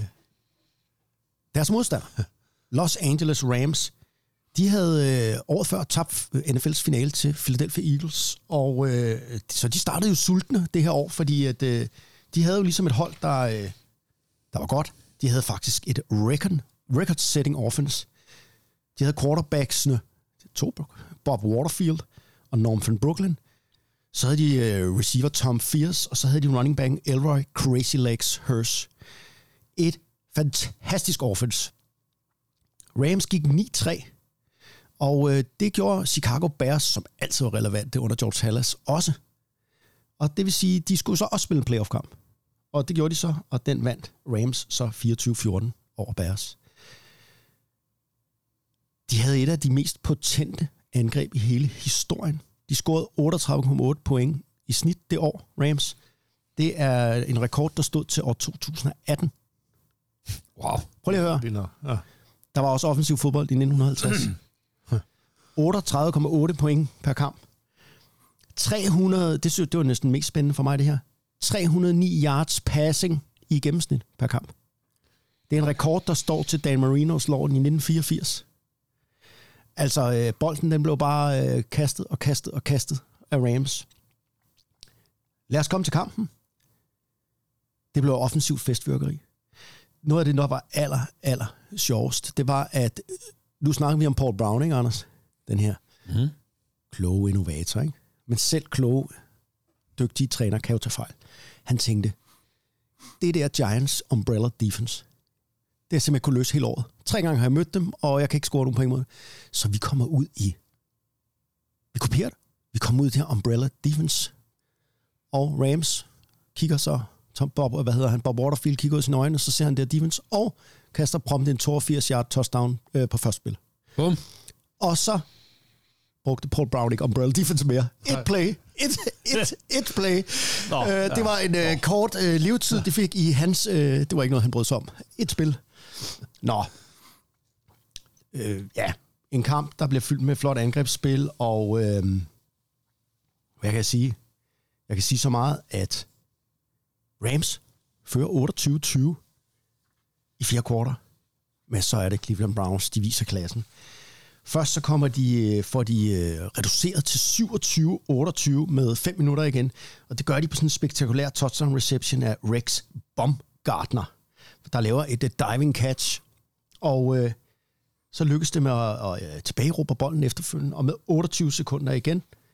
Deres modstander, Los Angeles Rams, de havde året før tabt NFL's finale til Philadelphia Eagles, og så de startede jo sultne det her år, fordi at, de havde jo ligesom et hold, der var godt. De havde faktisk et record-setting offense. De havde quarterbacksene, Bob Waterfield og Norman Brooklyn. Så havde de receiver Tom Fierce, og så havde de running back Elroy Crazy Legs Hurst. Et fantastisk offense. Rams gik 9-3, og det gjorde Chicago Bears, som altid var relevante under George Halas, også. Og det vil sige, de skulle så også spille en playoff-kamp. Og det gjorde de så, og den vandt Rams så 24-14 over Bears. De havde et af de mest potente angreb i hele historien. De scorede 38,8 point i snit det år, Rams. Det er en rekord, der stod til år 2018. Wow. Prøv lige at høre. Ja. Der var også offensiv fodbold i 1950. 38,8 point per kamp. 300, det var næsten mest spændende for mig det her. 309 yards passing i gennemsnit per kamp. Det er en rekord, der står til Dan Marinos lov i 1984. Altså, bolden den blev bare kastet af Rams. Lad os komme til kampen. Det blev offensivt festfyrkeri. Noget af det, der var aller sjovest, det var, at nu snakker vi om Paul Brown, ikke, Anders? Den her kloge innovator, ikke? Men selv kloge, dygtige træner kan jo tage fejl. Han tænkte, det der Giants umbrella defense, det er simpelthen kunne løse hele året. 3 gange har jeg mødt dem, og jeg kan ikke score nogen point mod dem. Så vi kommer ud i... Vi kopierer det. Vi kommer ud i det her umbrella defense. Og Rams kigger så... Bob Waterfield kigger ud i sine øjne, og så ser han det her defense, og kaster prompt en 82-yard touchdown på første spil. Boom. Og så brugte Paul Brown ikke umbrella defense mere. Et play. Et play. Det var en kort levetid, det fik i hans... det var ikke noget, han brød sig om. Et spil. En kamp, der bliver fyldt med flot angrebsspil, og hvad kan jeg sige? Jeg kan sige så meget, at Rams fører 28-20 i 4 kvarter, men så er det Cleveland Browns, de viser klassen. Først så får de reduceret til 27-28 med 5 minutter igen, og det gør de på sådan en spektakulær touchdown reception af Rex Baumgartner, der laver et diving catch, og så lykkes det med at tilbageråbe bolden efterfølgende, og med 28 sekunder igen,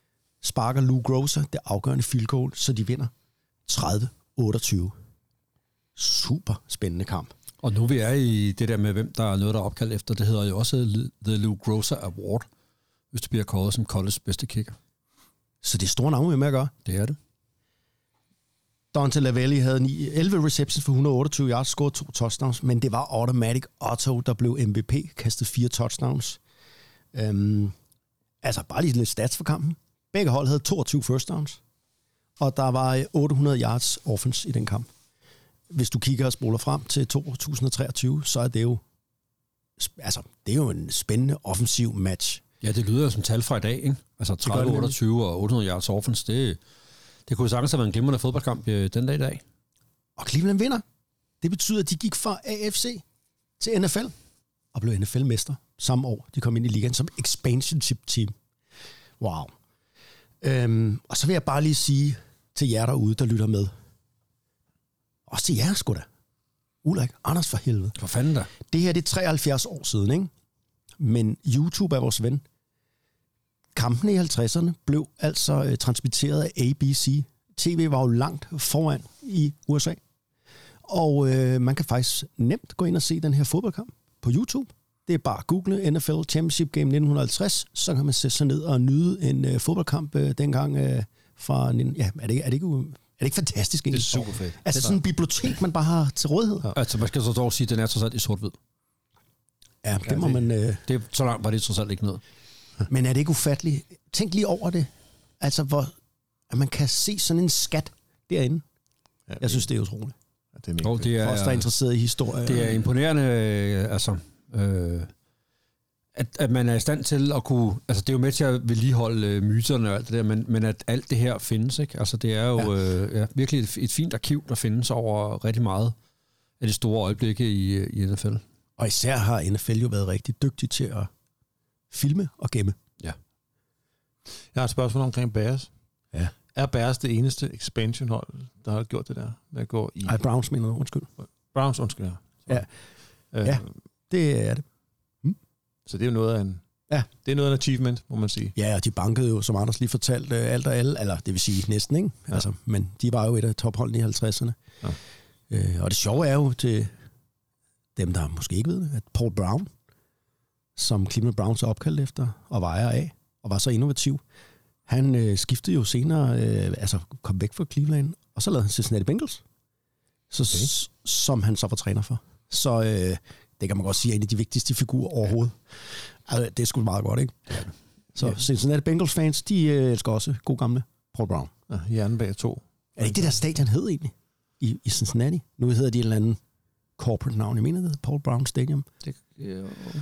sparker Lou Groza det afgørende field goal, så de vinder 30-28. Super spændende kamp. Og nu vi er i det der med, hvem der er noget, der er opkaldt efter, det hedder jo også The Lou Groza Award, hvis det bliver kåret som college bedste kicker. Så det er store navne, vi med at gøre. Det er det. Dante Lavelli havde 11 receptions for 128 yards, scorede 2 touchdowns, men det var Automatic Otto, der blev MVP, kastet 4 touchdowns. Altså bare lige lidt stats for kampen. Begge hold havde 22 first downs, og der var 800 yards offense i den kamp. Hvis du kigger og spoler frem til 2023, så er det jo, altså, det er jo en spændende offensiv match. Ja, det lyder som tal fra i dag, ikke? Altså 30-28 og 800 yards offense, det kunne sagtens have været en glimrende fodboldkamp den dag i dag. Og Cleveland vinder. Det betyder, at de gik fra AFC til NFL og blev NFL-mester samme år. De kom ind i ligaen som expansion team. Wow. Og så vil jeg bare lige sige til jer derude, der lytter med. Også til jer, sgu da. Ulrik, Anders for helvede. For fanden da. Det her, det er 73 år siden, ikke? Men YouTube er vores ven. Kampene i 50'erne blev altså transmitteret af ABC. TV var jo langt foran i USA. Og man kan faktisk nemt gå ind og se den her fodboldkamp på YouTube. Det er bare at google NFL Championship Game 1950, så kan man sætte sig ned og nyde en fodboldkamp dengang fra... Ja, er det ikke fantastisk? Det er super fedt. Altså sådan en bibliotek, man bare har til rådighed. Ja. Altså man skal så dog sige, at den er trods alt i sort-hvid. Ja, det må man... Det, så langt var det trods alt ikke noget. Men er det ikke ufatteligt? Tænk lige over det. Altså, at man kan se sådan en skat derinde. Ja, jeg synes, det er utroligt. Ja, det er det er, for os, der er interesseret i historie. Det er imponerende, at man er i stand til at kunne... Altså, det er jo med til at vedligeholde myterne og alt det der, men at alt det her findes, ikke? Altså, det er jo virkelig et fint arkiv, der findes over rigtig meget af de store øjeblikke i NFL. Og især har NFL jo været rigtig dygtig til at filme og gemme. Ja. Jeg har et spørgsmål omkring Bears. Ja. Er Bears det eneste expansion-hold, der har gjort det der med at gå i... Ej, Browns mener du, undskyld. Browns, undskyld, ja. Ja, det er det. Så det er jo noget af en... Ja. Det er noget af en achievement, må man sige. Ja, og de bankede jo, som Anders lige fortalte, alt og alle, eller det vil sige næsten, ikke? Ja. Altså, men de var jo et af topholdene i 50'erne. Ja. Og det sjove er jo til dem, der måske ikke ved det, at Paul Brown, som Cleveland Browns er opkaldt efter, og var ejer af, og var så innovativ, han skiftede jo senere, kom væk fra Cleveland, og så lavede han Cincinnati Bengals, som han så var træner for. Så det kan man godt sige, er en af de vigtigste figurer overhovedet. Altså, det er sgu meget godt, ikke? Ja. Så Cincinnati Bengals fans, de elsker også god gamle Paul Brown. Ja, hjernen bag 2. Er det ikke det der stadion hed egentlig? I Cincinnati? Nu hedder de en eller anden corporate navn. Jeg mener det, Paul Brown Stadium. Det er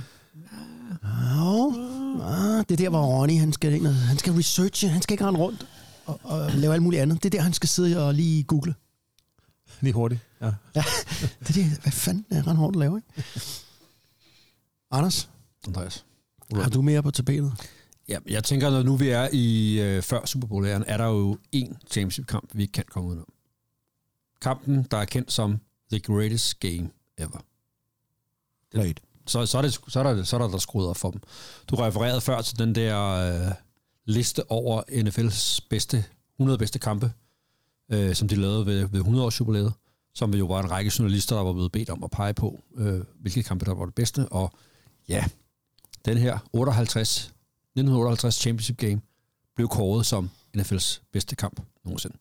der, hvor Ronny, han skal researche, han skal ikke rende rundt og lave alt muligt andet. Det er der, han skal sidde og lige google. Lige hurtigt, ja. Ja, det er det. Hvad fanden er ret hårdt at lave, ikke? Anders? Andreas? Har du mere på tapetet? Ja, jeg tænker, når nu vi er i før Super Bowl-æren, er der jo en championship-kamp, vi ikke kan komme ud af. Kampen, der er kendt som The Greatest Game Ever. Great. Så er der skruet op for dem. Du refererede før til den der liste over NFL's 100 bedste kampe, som de lavede ved 100-års jubilæet, som jo var en række journalister, der var blevet bedt om at pege på, hvilke kampe, der var det bedste. Og ja, den her 1958 Championship Game blev kåret som NFL's bedste kamp nogensinde.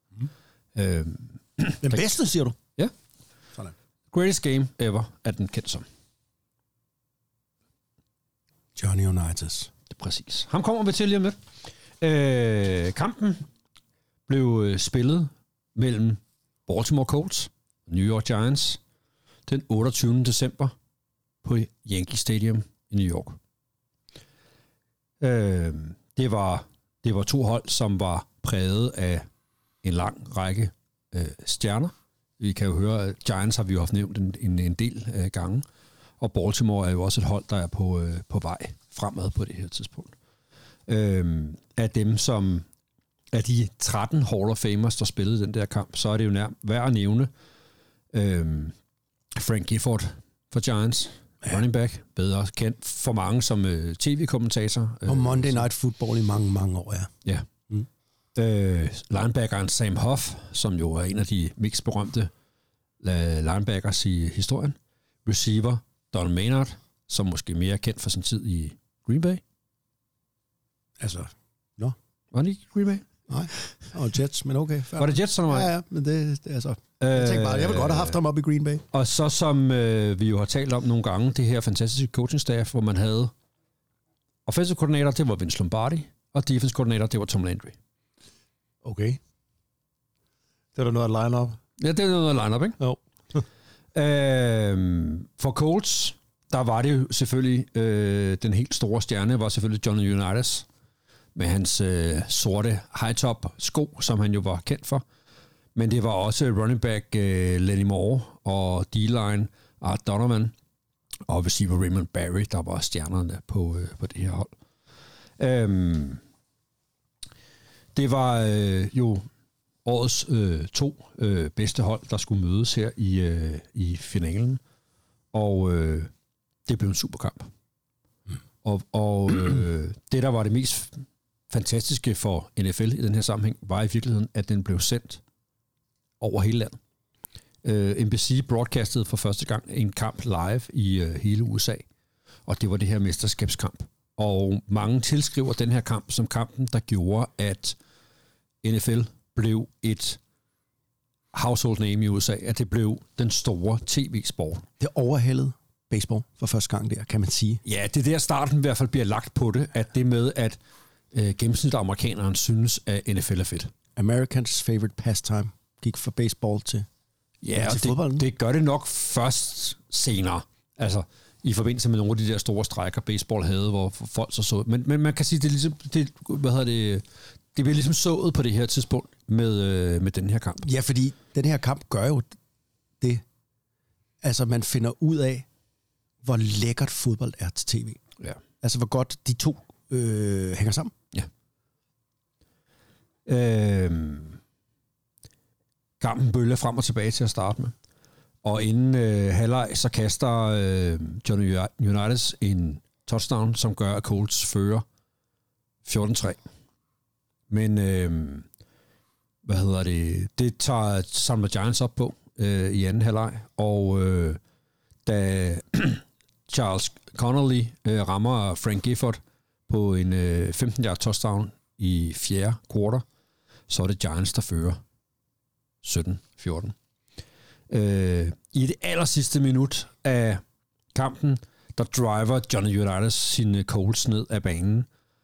Den bedste, siger du? Ja. Sådan. Greatest Game Ever er den kendt som. Johnny Unitas. Det er præcis. Ham kommer vi til lige om lidt. Kampen blev spillet mellem Baltimore Colts og New York Giants den 28. december på Yankee Stadium i New York. Det var to hold, som var præget af en lang række stjerner. Vi kan jo høre, at Giants har vi jo haft nævnt en del gange, og Baltimore er jo også et hold, der er på vej fremad på det her tidspunkt. Af dem, som af de 13 Hall of Famers, der spillede den der kamp, så er det jo værd at nævne Frank Gifford for Giants, running back, bedre kendt for mange som tv-kommentator. På Monday Night Football i mange, mange år, ja. Ja. Linebackeren Sam Huff, som jo er en af de mest berømte linebackers i historien. Receiver Don Maynard, som måske mere er kendt for sin tid i Green Bay. Altså, Var det ikke Green Bay? nej. Og Jets, men okay. Var det Jets, eller Ja, men det altså... Jeg tænkte bare, jeg ville godt have haft ham op i Green Bay. Og så som vi jo har talt om nogle gange, det her fantastiske coaching staff, hvor man havde offensive koordinator, det var Vince Lombardi, og defense koordinator, det var Tom Landry. Okay. Det var da noget at line up. Ja, det er noget line-up, ikke? Jo. For Colts, der var det jo selvfølgelig, den helt store stjerne, var selvfølgelig Johnny Unitas, med hans sorte high-top sko, som han jo var kendt for. Men det var også running back Lenny Moore og D-line Art Donovan og receiver Raymond Barry, der var stjernerne på det her hold. Det var jo årets to bedste hold, der skulle mødes her i finalen. Og det blev en superkamp. Og det, der var det mest fantastiske for NFL i den her sammenhæng, var i virkeligheden, at den blev sendt over hele landet. NBC broadcastede for første gang en kamp live i hele USA, og det var det her mesterskabskamp. Og mange tilskriver den her kamp som kampen, der gjorde, at NFL blev et household name i USA, at det blev den store tv-sport. Det overhældede baseball for første gang der, kan man sige. Ja, det er der starten i hvert fald bliver lagt på det, at det med, at gennemsnitsamerikaneren synes, at NFL er fedt. Americans favorite pastime gik fra baseball til fodbolden. Det gør det nok først senere. Altså, i forbindelse med nogle af de der store strækker, baseball havde, hvor folk så. Men man kan sige, det er ligesom, det bliver ligesom sået på det her tidspunkt med den her kamp. Ja, fordi den her kamp gør jo det. Altså, man finder ud af, hvor lækkert fodbold er til tv. Ja. Altså, hvor godt de to hænger sammen. Ja. Kampen bølger frem og tilbage til at starte med. Og inden halvleg, så kaster Johnny Unitas en touchdown, som gør, at Colts fører 14-3. Men det tager San Giants op på i anden halvleg, og da Charles Connolly rammer Frank Gifford på en 15-yard touchdown i fjerde kvartal, så er det Giants, der fører 17-14. I det aller sidste minut af kampen, der driver Johnny Unitas sine Colts ned af banen,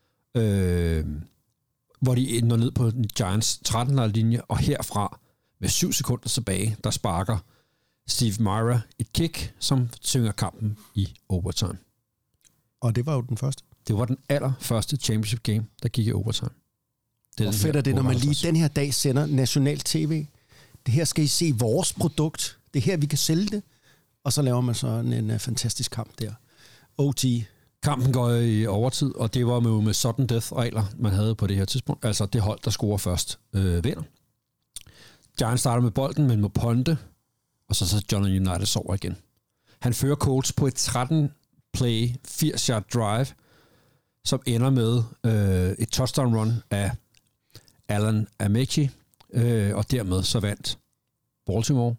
hvor de når ned på Giants 13-linje, og herfra med 7 sekunder tilbage, der sparker Steve Myra et kick, som synger kampen i overtime. Og det var jo den første. Det var den allerførste championship game, der gik i overtime. Det og fedt er det, når man lige den her dag sender national tv. Det her skal I se vores produkt. Det er her, vi kan sælge det. Og så laver man sådan en fantastisk kamp der. OT. Kampen går i overtid, og det var med sudden death-regler, man havde på det her tidspunkt. Altså det hold, der scorer først, vinder. Giants starter med bolden, men må ponte, og så Johnny Unitas over igen. Han fører Colts på et 13-play, 80-yard drive, som ender med et touchdown run af Alan Amechi, og dermed så vandt Baltimore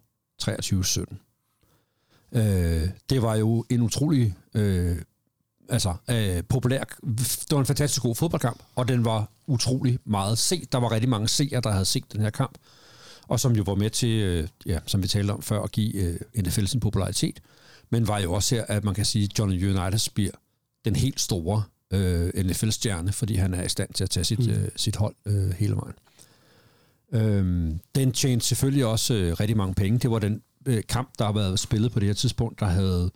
23-17. Det var jo en utrolig populær. Det var en fantastisk god fodboldkamp, og den var utrolig meget set. Der var rigtig mange seere, der havde set den her kamp, og som jo var med til, som vi talte om før, at give NFL sin popularitet, men var jo også her, at man kan sige, at Johnny Unitas bliver den helt store NFL-stjerne, fordi han er i stand til at tage sit hold hele vejen. Den tjente selvfølgelig også rigtig mange penge. Det var den kamp, der har været spillet på det her tidspunkt, der havde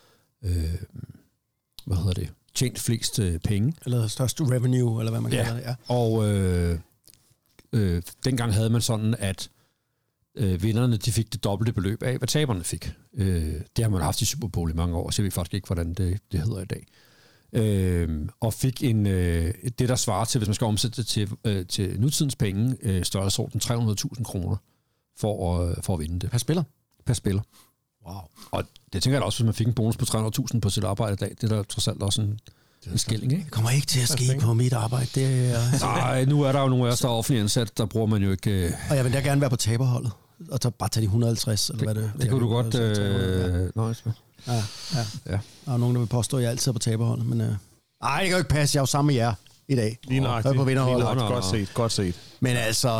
tjent flest penge. Eller største revenue, eller hvad man kalder det. Ja. Og dengang havde man sådan, at vinderne de fik det dobbelte beløb af, hvad taberne fik. Det har man haft i Super Bowl i mange år, så jeg ved faktisk ikke, hvordan det hedder i dag. Og fik det, der svarer til, hvis man skal omsætte det til nutidens penge, størrelsesorden 300.000 kroner for at vinde det. Per spiller? Per spiller. Wow. Og det tænker jeg da også, hvis man fik en bonus på 300.000 på sit arbejde i dag, det er da trods alt også en en skilling, ikke? Det kommer ikke til at ske på mit arbejde. Det er... Nej, nu er der jo nogle af os, der er offentlig ansat, der bruger man jo ikke... Og jeg vil da gerne være på taberholdet. Og så bare tage de 150, eller hvad det er. Det kunne du godt... Ja. Der er nogen, der vil påstå, at jeg altid er på taberholdet, men... Nej, det kan jo ikke passe. Jeg er jo sammen med jer i dag. Lige nøjagtigt. På vinderholdet. Godt set. Men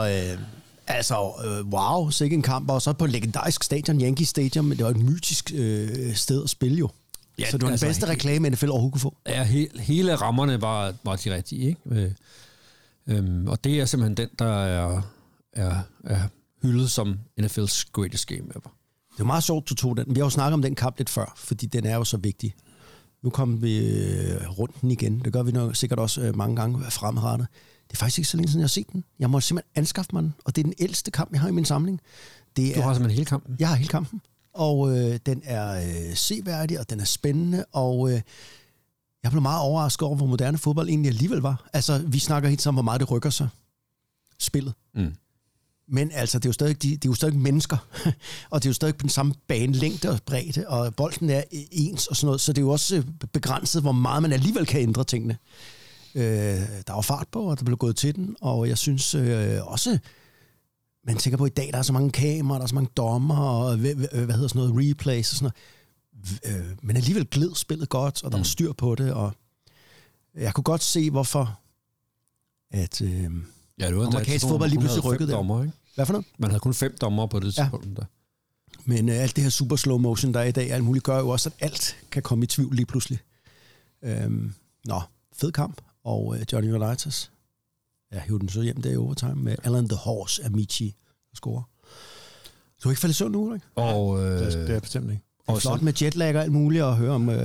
wow, sikke en kamp. Og så på en legendarisk stadion, Yankee Stadium, men det var et mytisk sted at spille jo. Ja, så det var den bedste reklame, NFL overhovedet kunne få. Ja, hele rammerne var de rigtige, ikke? Og det er simpelthen den, der er hyldet som NFL's greatest game ever. Det er meget sjovt, du tog den. Vi har jo snakket om den kamp lidt før, fordi den er jo så vigtig. Nu kommer vi rundt den igen. Det gør vi nok sikkert også mange gange fremadrettet. Det er faktisk ikke så længe siden, jeg har set den. Jeg må simpelthen anskaffe mig den, og det er den ældste kamp, jeg har i min samling. Du har simpelthen hele kampen? Jeg har hele kampen, og den er seværdig, og den er spændende, og jeg blev meget overrasket over, hvor moderne fodbold egentlig alligevel var. Altså, vi snakker helt sammen, hvor meget det rykker sig, spillet. Mm. Men altså, det er jo stadig mennesker, og det er jo stadig på den samme banelængde og bredde, og bolden er ens og sådan noget, så det er jo også begrænset, hvor meget man alligevel kan ændre tingene. Der var fart på, og der blev gået til den, og jeg synes også, man tænker på i dag, der er så mange kameraer, der er så mange dommer, og hvad hedder sådan noget, replays og sådan noget. Men alligevel gled spillet godt, og der var styr på det, og jeg kunne godt se, hvorfor at det var amerikansk fodbold lige pludselig rykkede der. Dommer, ikke? Hvad for noget? Man havde kun 5 dommer på det tidspunkt. Der. Men alt det her super slow motion, der er i dag, alt muligt, gør jo også, at alt kan komme i tvivl lige pludselig. Fed kamp. Og Johnny Unitas, jeg hævde den så hjem der i overtime med Alan the Horse Amici, der scorer. Du har ikke faldet i søvn nu, ikke? Og det er bestemt ikke. Og flot med jetlag og alt muligt, og høre om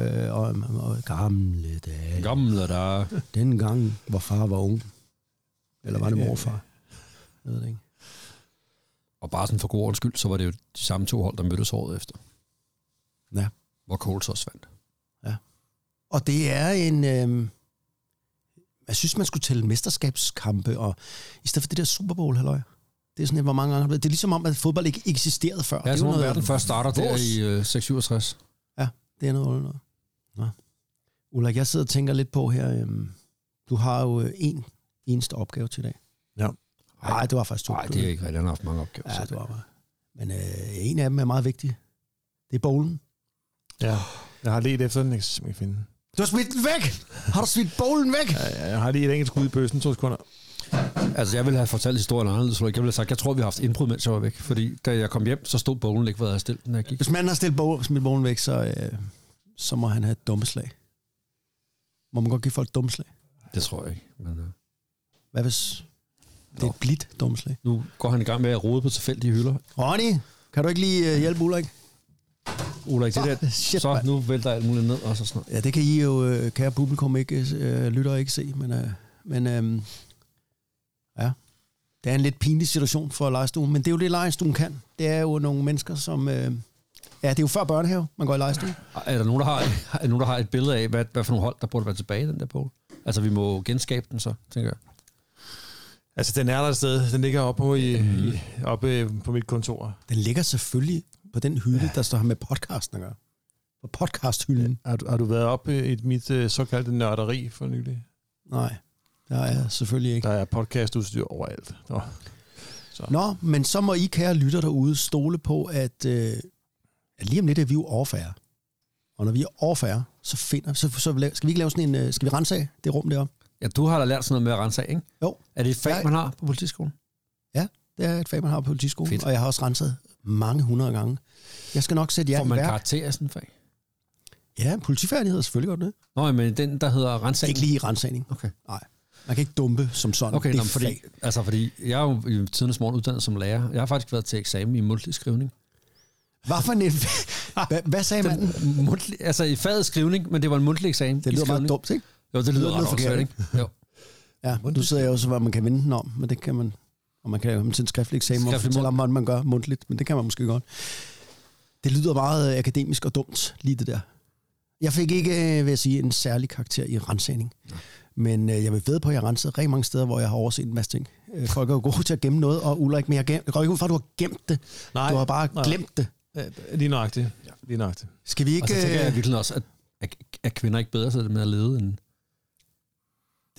gamle dage. Gamle dage. Dengang, hvor far var ung. Eller var det morfar? Jeg ved det ikke. Og bare sådan for god ordens skyld, så var det jo de samme 2 hold, der mødtes året efter. Ja. Hvor Colts også vandt. Ja. Og det er en... jeg synes, man skulle tælle mesterskabskampe, og i stedet for det der Super Bowl, halløj. Det er sådan, hvor mange gange... Det er ligesom om, at fodbold ikke eksisterede før. Ja, det som om verden først starter der i 667. Ja, det er noget. Nå. Ulrik, jeg sidder og tænker lidt på her... du har jo en eneste opgave til i dag. Ja. Nej, det var faktisk 2. Nej, det er ikke rigtigt. Han har haft mange opgaver. Ja, det var bare. Men en af dem er meget vigtig. Det er bowlen. Ja, jeg har let efter den, jeg kan simpelthen finde. Du har smidt den væk! Har du smidt bowlen væk? Ja, jeg har lige et enkelt skud i bøssen, 2 sekunder. Altså, jeg ville have fortalt historien anderledes. Jeg ville have sagt, jeg tror, vi har haft indbrud, mens jeg var væk. Fordi da jeg kom hjem, så stod bowlen ikke, hvor jeg havde stillet den, jeg gik. Hvis manden har smidt bowlen væk, så må han have et dummeslag. Må man godt give folk et dummeslag? Det tror jeg ikke. Men, hvad hvis det er et blidt dummeslag? Nu går han i gang med at rode på tilfældige hylder. Ronny, kan du ikke lige hjælpe Ulrik? Ulrik, det der, shit, så nu vælter alt muligt ned og så sådan noget. Ja, det kan I jo, kære publikum, ikke lytter ikke se, men ja, det er en lidt pinlig situation for lejestuen, men det er jo det, lejestuen kan. Det er jo nogle mennesker, som... det er jo før børnehave, man går i lejestuen. Er der nogen, der har et billede af, hvad for nogle hold, der burde være tilbage i den der bowl? Altså, vi må genskabe den så, tænker jeg. Altså, den er der et sted. Den ligger oppe på mit kontor. Den ligger selvfølgelig på den hylde, der står her med podcasten at gøre. På podcasthylden. Har du været oppe i mit såkaldte nørderi for nylig? Nej, der er jeg selvfølgelig ikke. Der er podcastudstyr overalt. Nå, men så må I, kære lytter derude, stole på, at lige om lidt er vi jo overfærre. Og når vi er overfærre, så skal vi ikke lave sådan en... skal vi rense af det rum deroppe? Ja, du har da lært sådan noget med at rense af, ikke? Jo. Er det et fag, man har på politiskolen? Ja, det er et fag, man har på politiskolen. Fedt. Og jeg har også renset mange 100 gange. Jeg skal nok sætte jer i værk. Får man karakter af sådan et fag? Ja, politifærdighed er selvfølgelig godt det. Nå, men den, der hedder rensagning? Ikke lige rensagning. Okay. Nej. Man kan ikke dumpe som sådan. Okay, fordi jeg er jo i tidens morgen uddannet som lærer. Jeg har faktisk været til eksamen i mundtlig skrivning. Hvad sagde man? Altså i faget skrivning, men det var en mundtlig eksamen. Det lyder meget dumt, ikke? Jo, det lyder ret forkert, ikke? Jo. Ja, nu sidder jeg også, hvor man kan vende den om, men det kan man... Og man kan jo til en skriftlig eksamen og fortælle om, hvordan man gør mundtligt, men det kan man måske godt. Det lyder meget akademisk og dumt, lige det der. Jeg fik ikke, vil jeg sige, en særlig karakter i rensagning. Ja. Men jeg vil ved på, at jeg har renset rigtig mange steder, hvor jeg har overset en masse ting. Folk er jo gode til at gemme noget, og Ulrik, men jeg går ikke ud fra, at du har gemt det. Nej, du har bare glemt det. Lige nøjagtigt. Skal vi ikke... Og så tænker jeg virkelig også, at kvinder ikke bedre til det med at lede end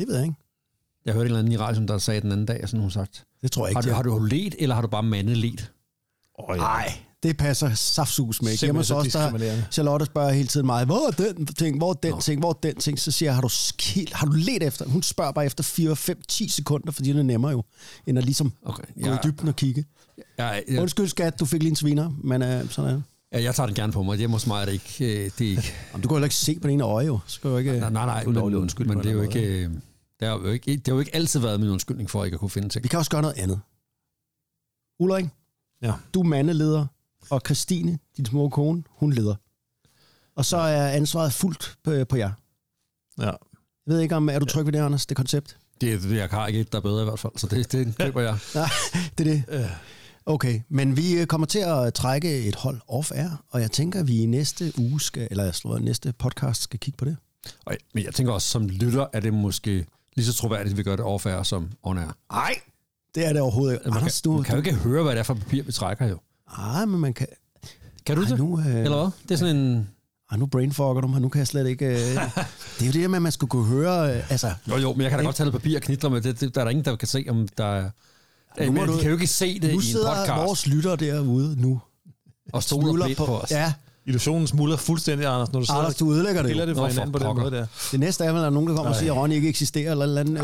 Det ved jeg ikke. Jeg hørte en eller anden i radioen, der sagde den anden dag, sådan hun sagt. Det tror jeg ikke. Har du let, eller har du bare mandelet? Nej, det passer saftsus med. Hjemme hos os, der Charlotte spørger hele tiden mig, hvor er den ting, hvor er den ting, hvor er den ting? Så siger jeg, har du let efter? Hun spørger bare efter 4, 5, 10 sekunder, fordi det er nemmere jo, end at ligesom gå i dybden og kigge. Undskyld skat, du fik lige en sviner, men sådan er det. Ja, jeg tager den gerne på mig. Hjemme hos mig er det ikke... Det er ikke. Jamen, du kan jo ikke se på den ene øje, jo. Så skal du ikke... Nej, men det er jo ikke... Det har jo ikke altid været min undskyldning for, at jeg ikke kunne finde ting. Vi kan også gøre noget andet. Ulrik, ja. Du er mandeleder, og Christine, din små kone, hun leder. Og så er ansvaret fuldt på jer. Ja. Jeg ved ikke, om er du tryg ved det, Anders, det koncept? Jeg har ikke et, der er bedre i hvert fald, så det køber jeg. Nej, det er det. Okay, men vi kommer til at trække et hold off-air, og jeg tænker, at vi i næste uge næste podcast skal kigge på det. Men jeg tænker også, som lytter, er det måske lige så troværdigt, at vi gør det off-air som on-air. Nej, det er det overhovedet ikke. Man kan jo ikke høre, hvad det er for papir, vi trækker jo. Nej, men man kan... Kan du det? Eller hvad? Det er sådan en... nu brainfucker du mig, nu kan jeg slet ikke... Det er jo det med, at man skulle kunne høre... Jo, men jeg kan da godt tage noget papir og knitre med det. Der er der ingen, der kan se, om der er... De kan jo ikke se det i en podcast. Nu sidder vores lytter derude nu. Og stoler lidt på os. Ja. Illusionen smuldrer fuldstændig, Anders, når du sidder... Anders, du ødelægger det jo. Det for hinanden på den måde der. Det næste er, at der er nogen, der kommer og siger, at Ronny ikke eksisterer, eller andet.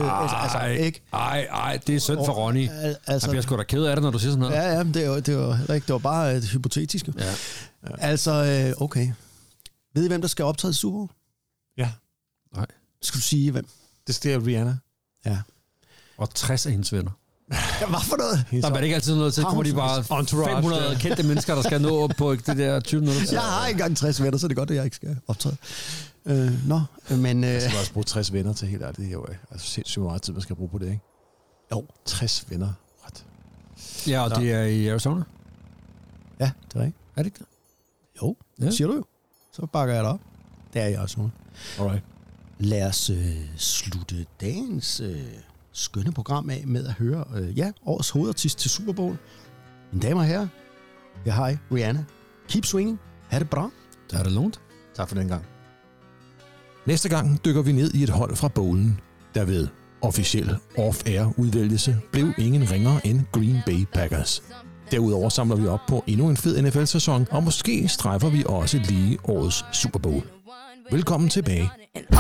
Ej, det er synd for Ronny. Jeg bliver sgu da ked af det, når du siger sådan noget. Ja, det var bare hypotetisk. Ja. Altså, okay. Ved I, hvem der skal optræde i Super Bowl? Ja. Nej. Skal du sige, hvem? Det skal Rihanna. Ja. Og 60 af hendes venner. Ja, hvad for noget? Der er ikke altid noget til. Kommer de bare 500 kendte mennesker, der skal nå på det der 20 minutter. Jeg har ikke engang 60 venner, så det er godt, at jeg ikke skal optræde. Men... Jeg skal også bruge 60 venner til helt ærligt. Det er jo sindssygt meget tid, man skal bruge på det, ikke? Jo. 60 venner. What? Ja, og det er i Arizona. Ja, det er rigtigt. Er det ikke det? Jo, det siger du jo. Så bakker jeg dig op. Det er i Arizona. Alright. Lad os slutte dagens... skønne program af med at høre, årets hovedartist til Super Bowl. Mine damer og herrer, jeg har Rihanna. Keep swinging. Ha' det bra. Der er det lungt. Tak for den gang. Næste gang dykker vi ned i et hold fra bowlen, der ved officiel off-air udvælgelse blev ingen ringere end Green Bay Packers. Derudover samler vi op på endnu en fed NFL-sæson, og måske strejfer vi også lige årets Super Bowl. Velkommen tilbage.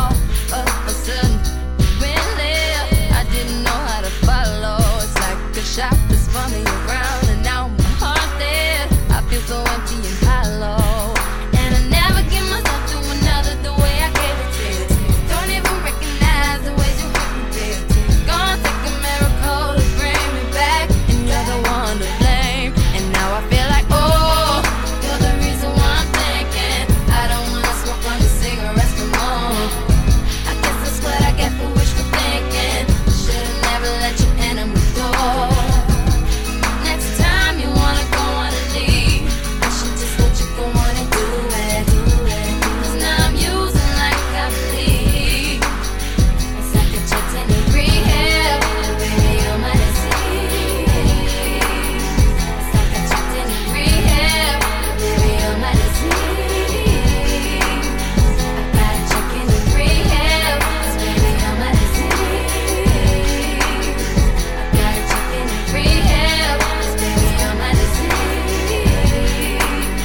A shot that's spun me around, and now my heart's dead. I feel so empty and hollow, and I never give myself to another the way I gave it to you. Don't even recognize the ways you hurt me, babe. Gonna take a miracle to bring me back, and you're the one to blame. And now I feel like, oh, you're the reason why I'm thinking I don't wanna smoke on the cigarettes no more. I guess that's what I get for wishful thinking. Should've never let you enter my door. Next time you wanna go on a leave, I should just let you go on and do it. 'Cause now I'm using like I believe. It's like a check's in the rehab, baby, you're my disease. It's like a check's in the rehab, baby, you're my disease. I gotta check in the rehab, 'cause baby, you're my disease. I gotta check in the rehab, 'cause baby, you're my disease.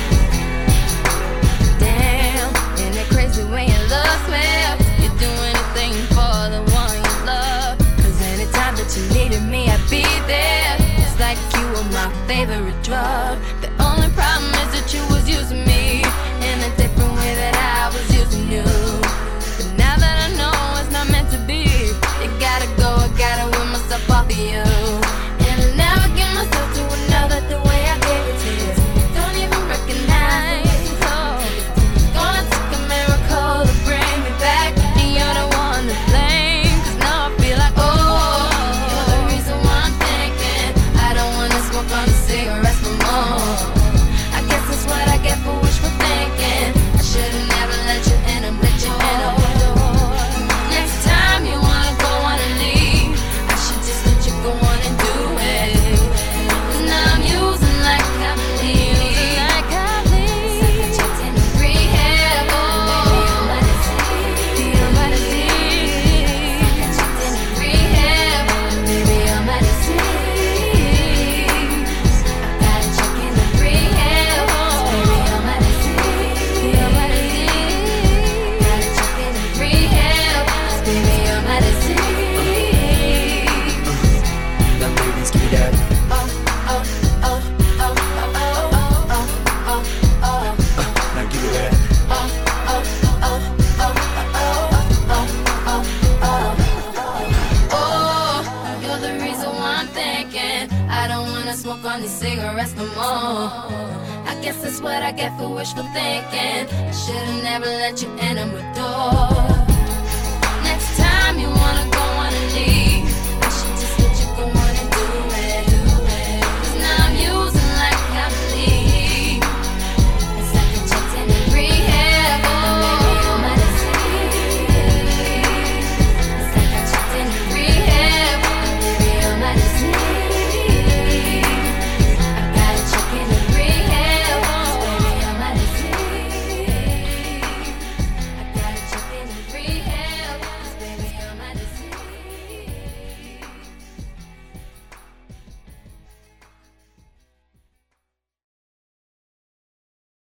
Damn, isn't it crazy when your love smells? You do anything for the one you love. 'Cause anytime that you needed me, I'd be there. It's like you were my favorite drug. The only problem is that you was using me in a different way that I was using you. But now that I know it's not meant to be, you gotta go, I gotta win myself off of you. And I never give myself to another the way I gave it to you. Don't even recognize, oh. Gonna take a miracle to bring me back, and you're the one to blame. 'Cause now I feel like, oh, you're the reason why I'm thinking I don't wanna smoke on the cigarettes smoke on these cigarettes no more. I guess that's what I get for wishful thinking. I should've never let you enter my door.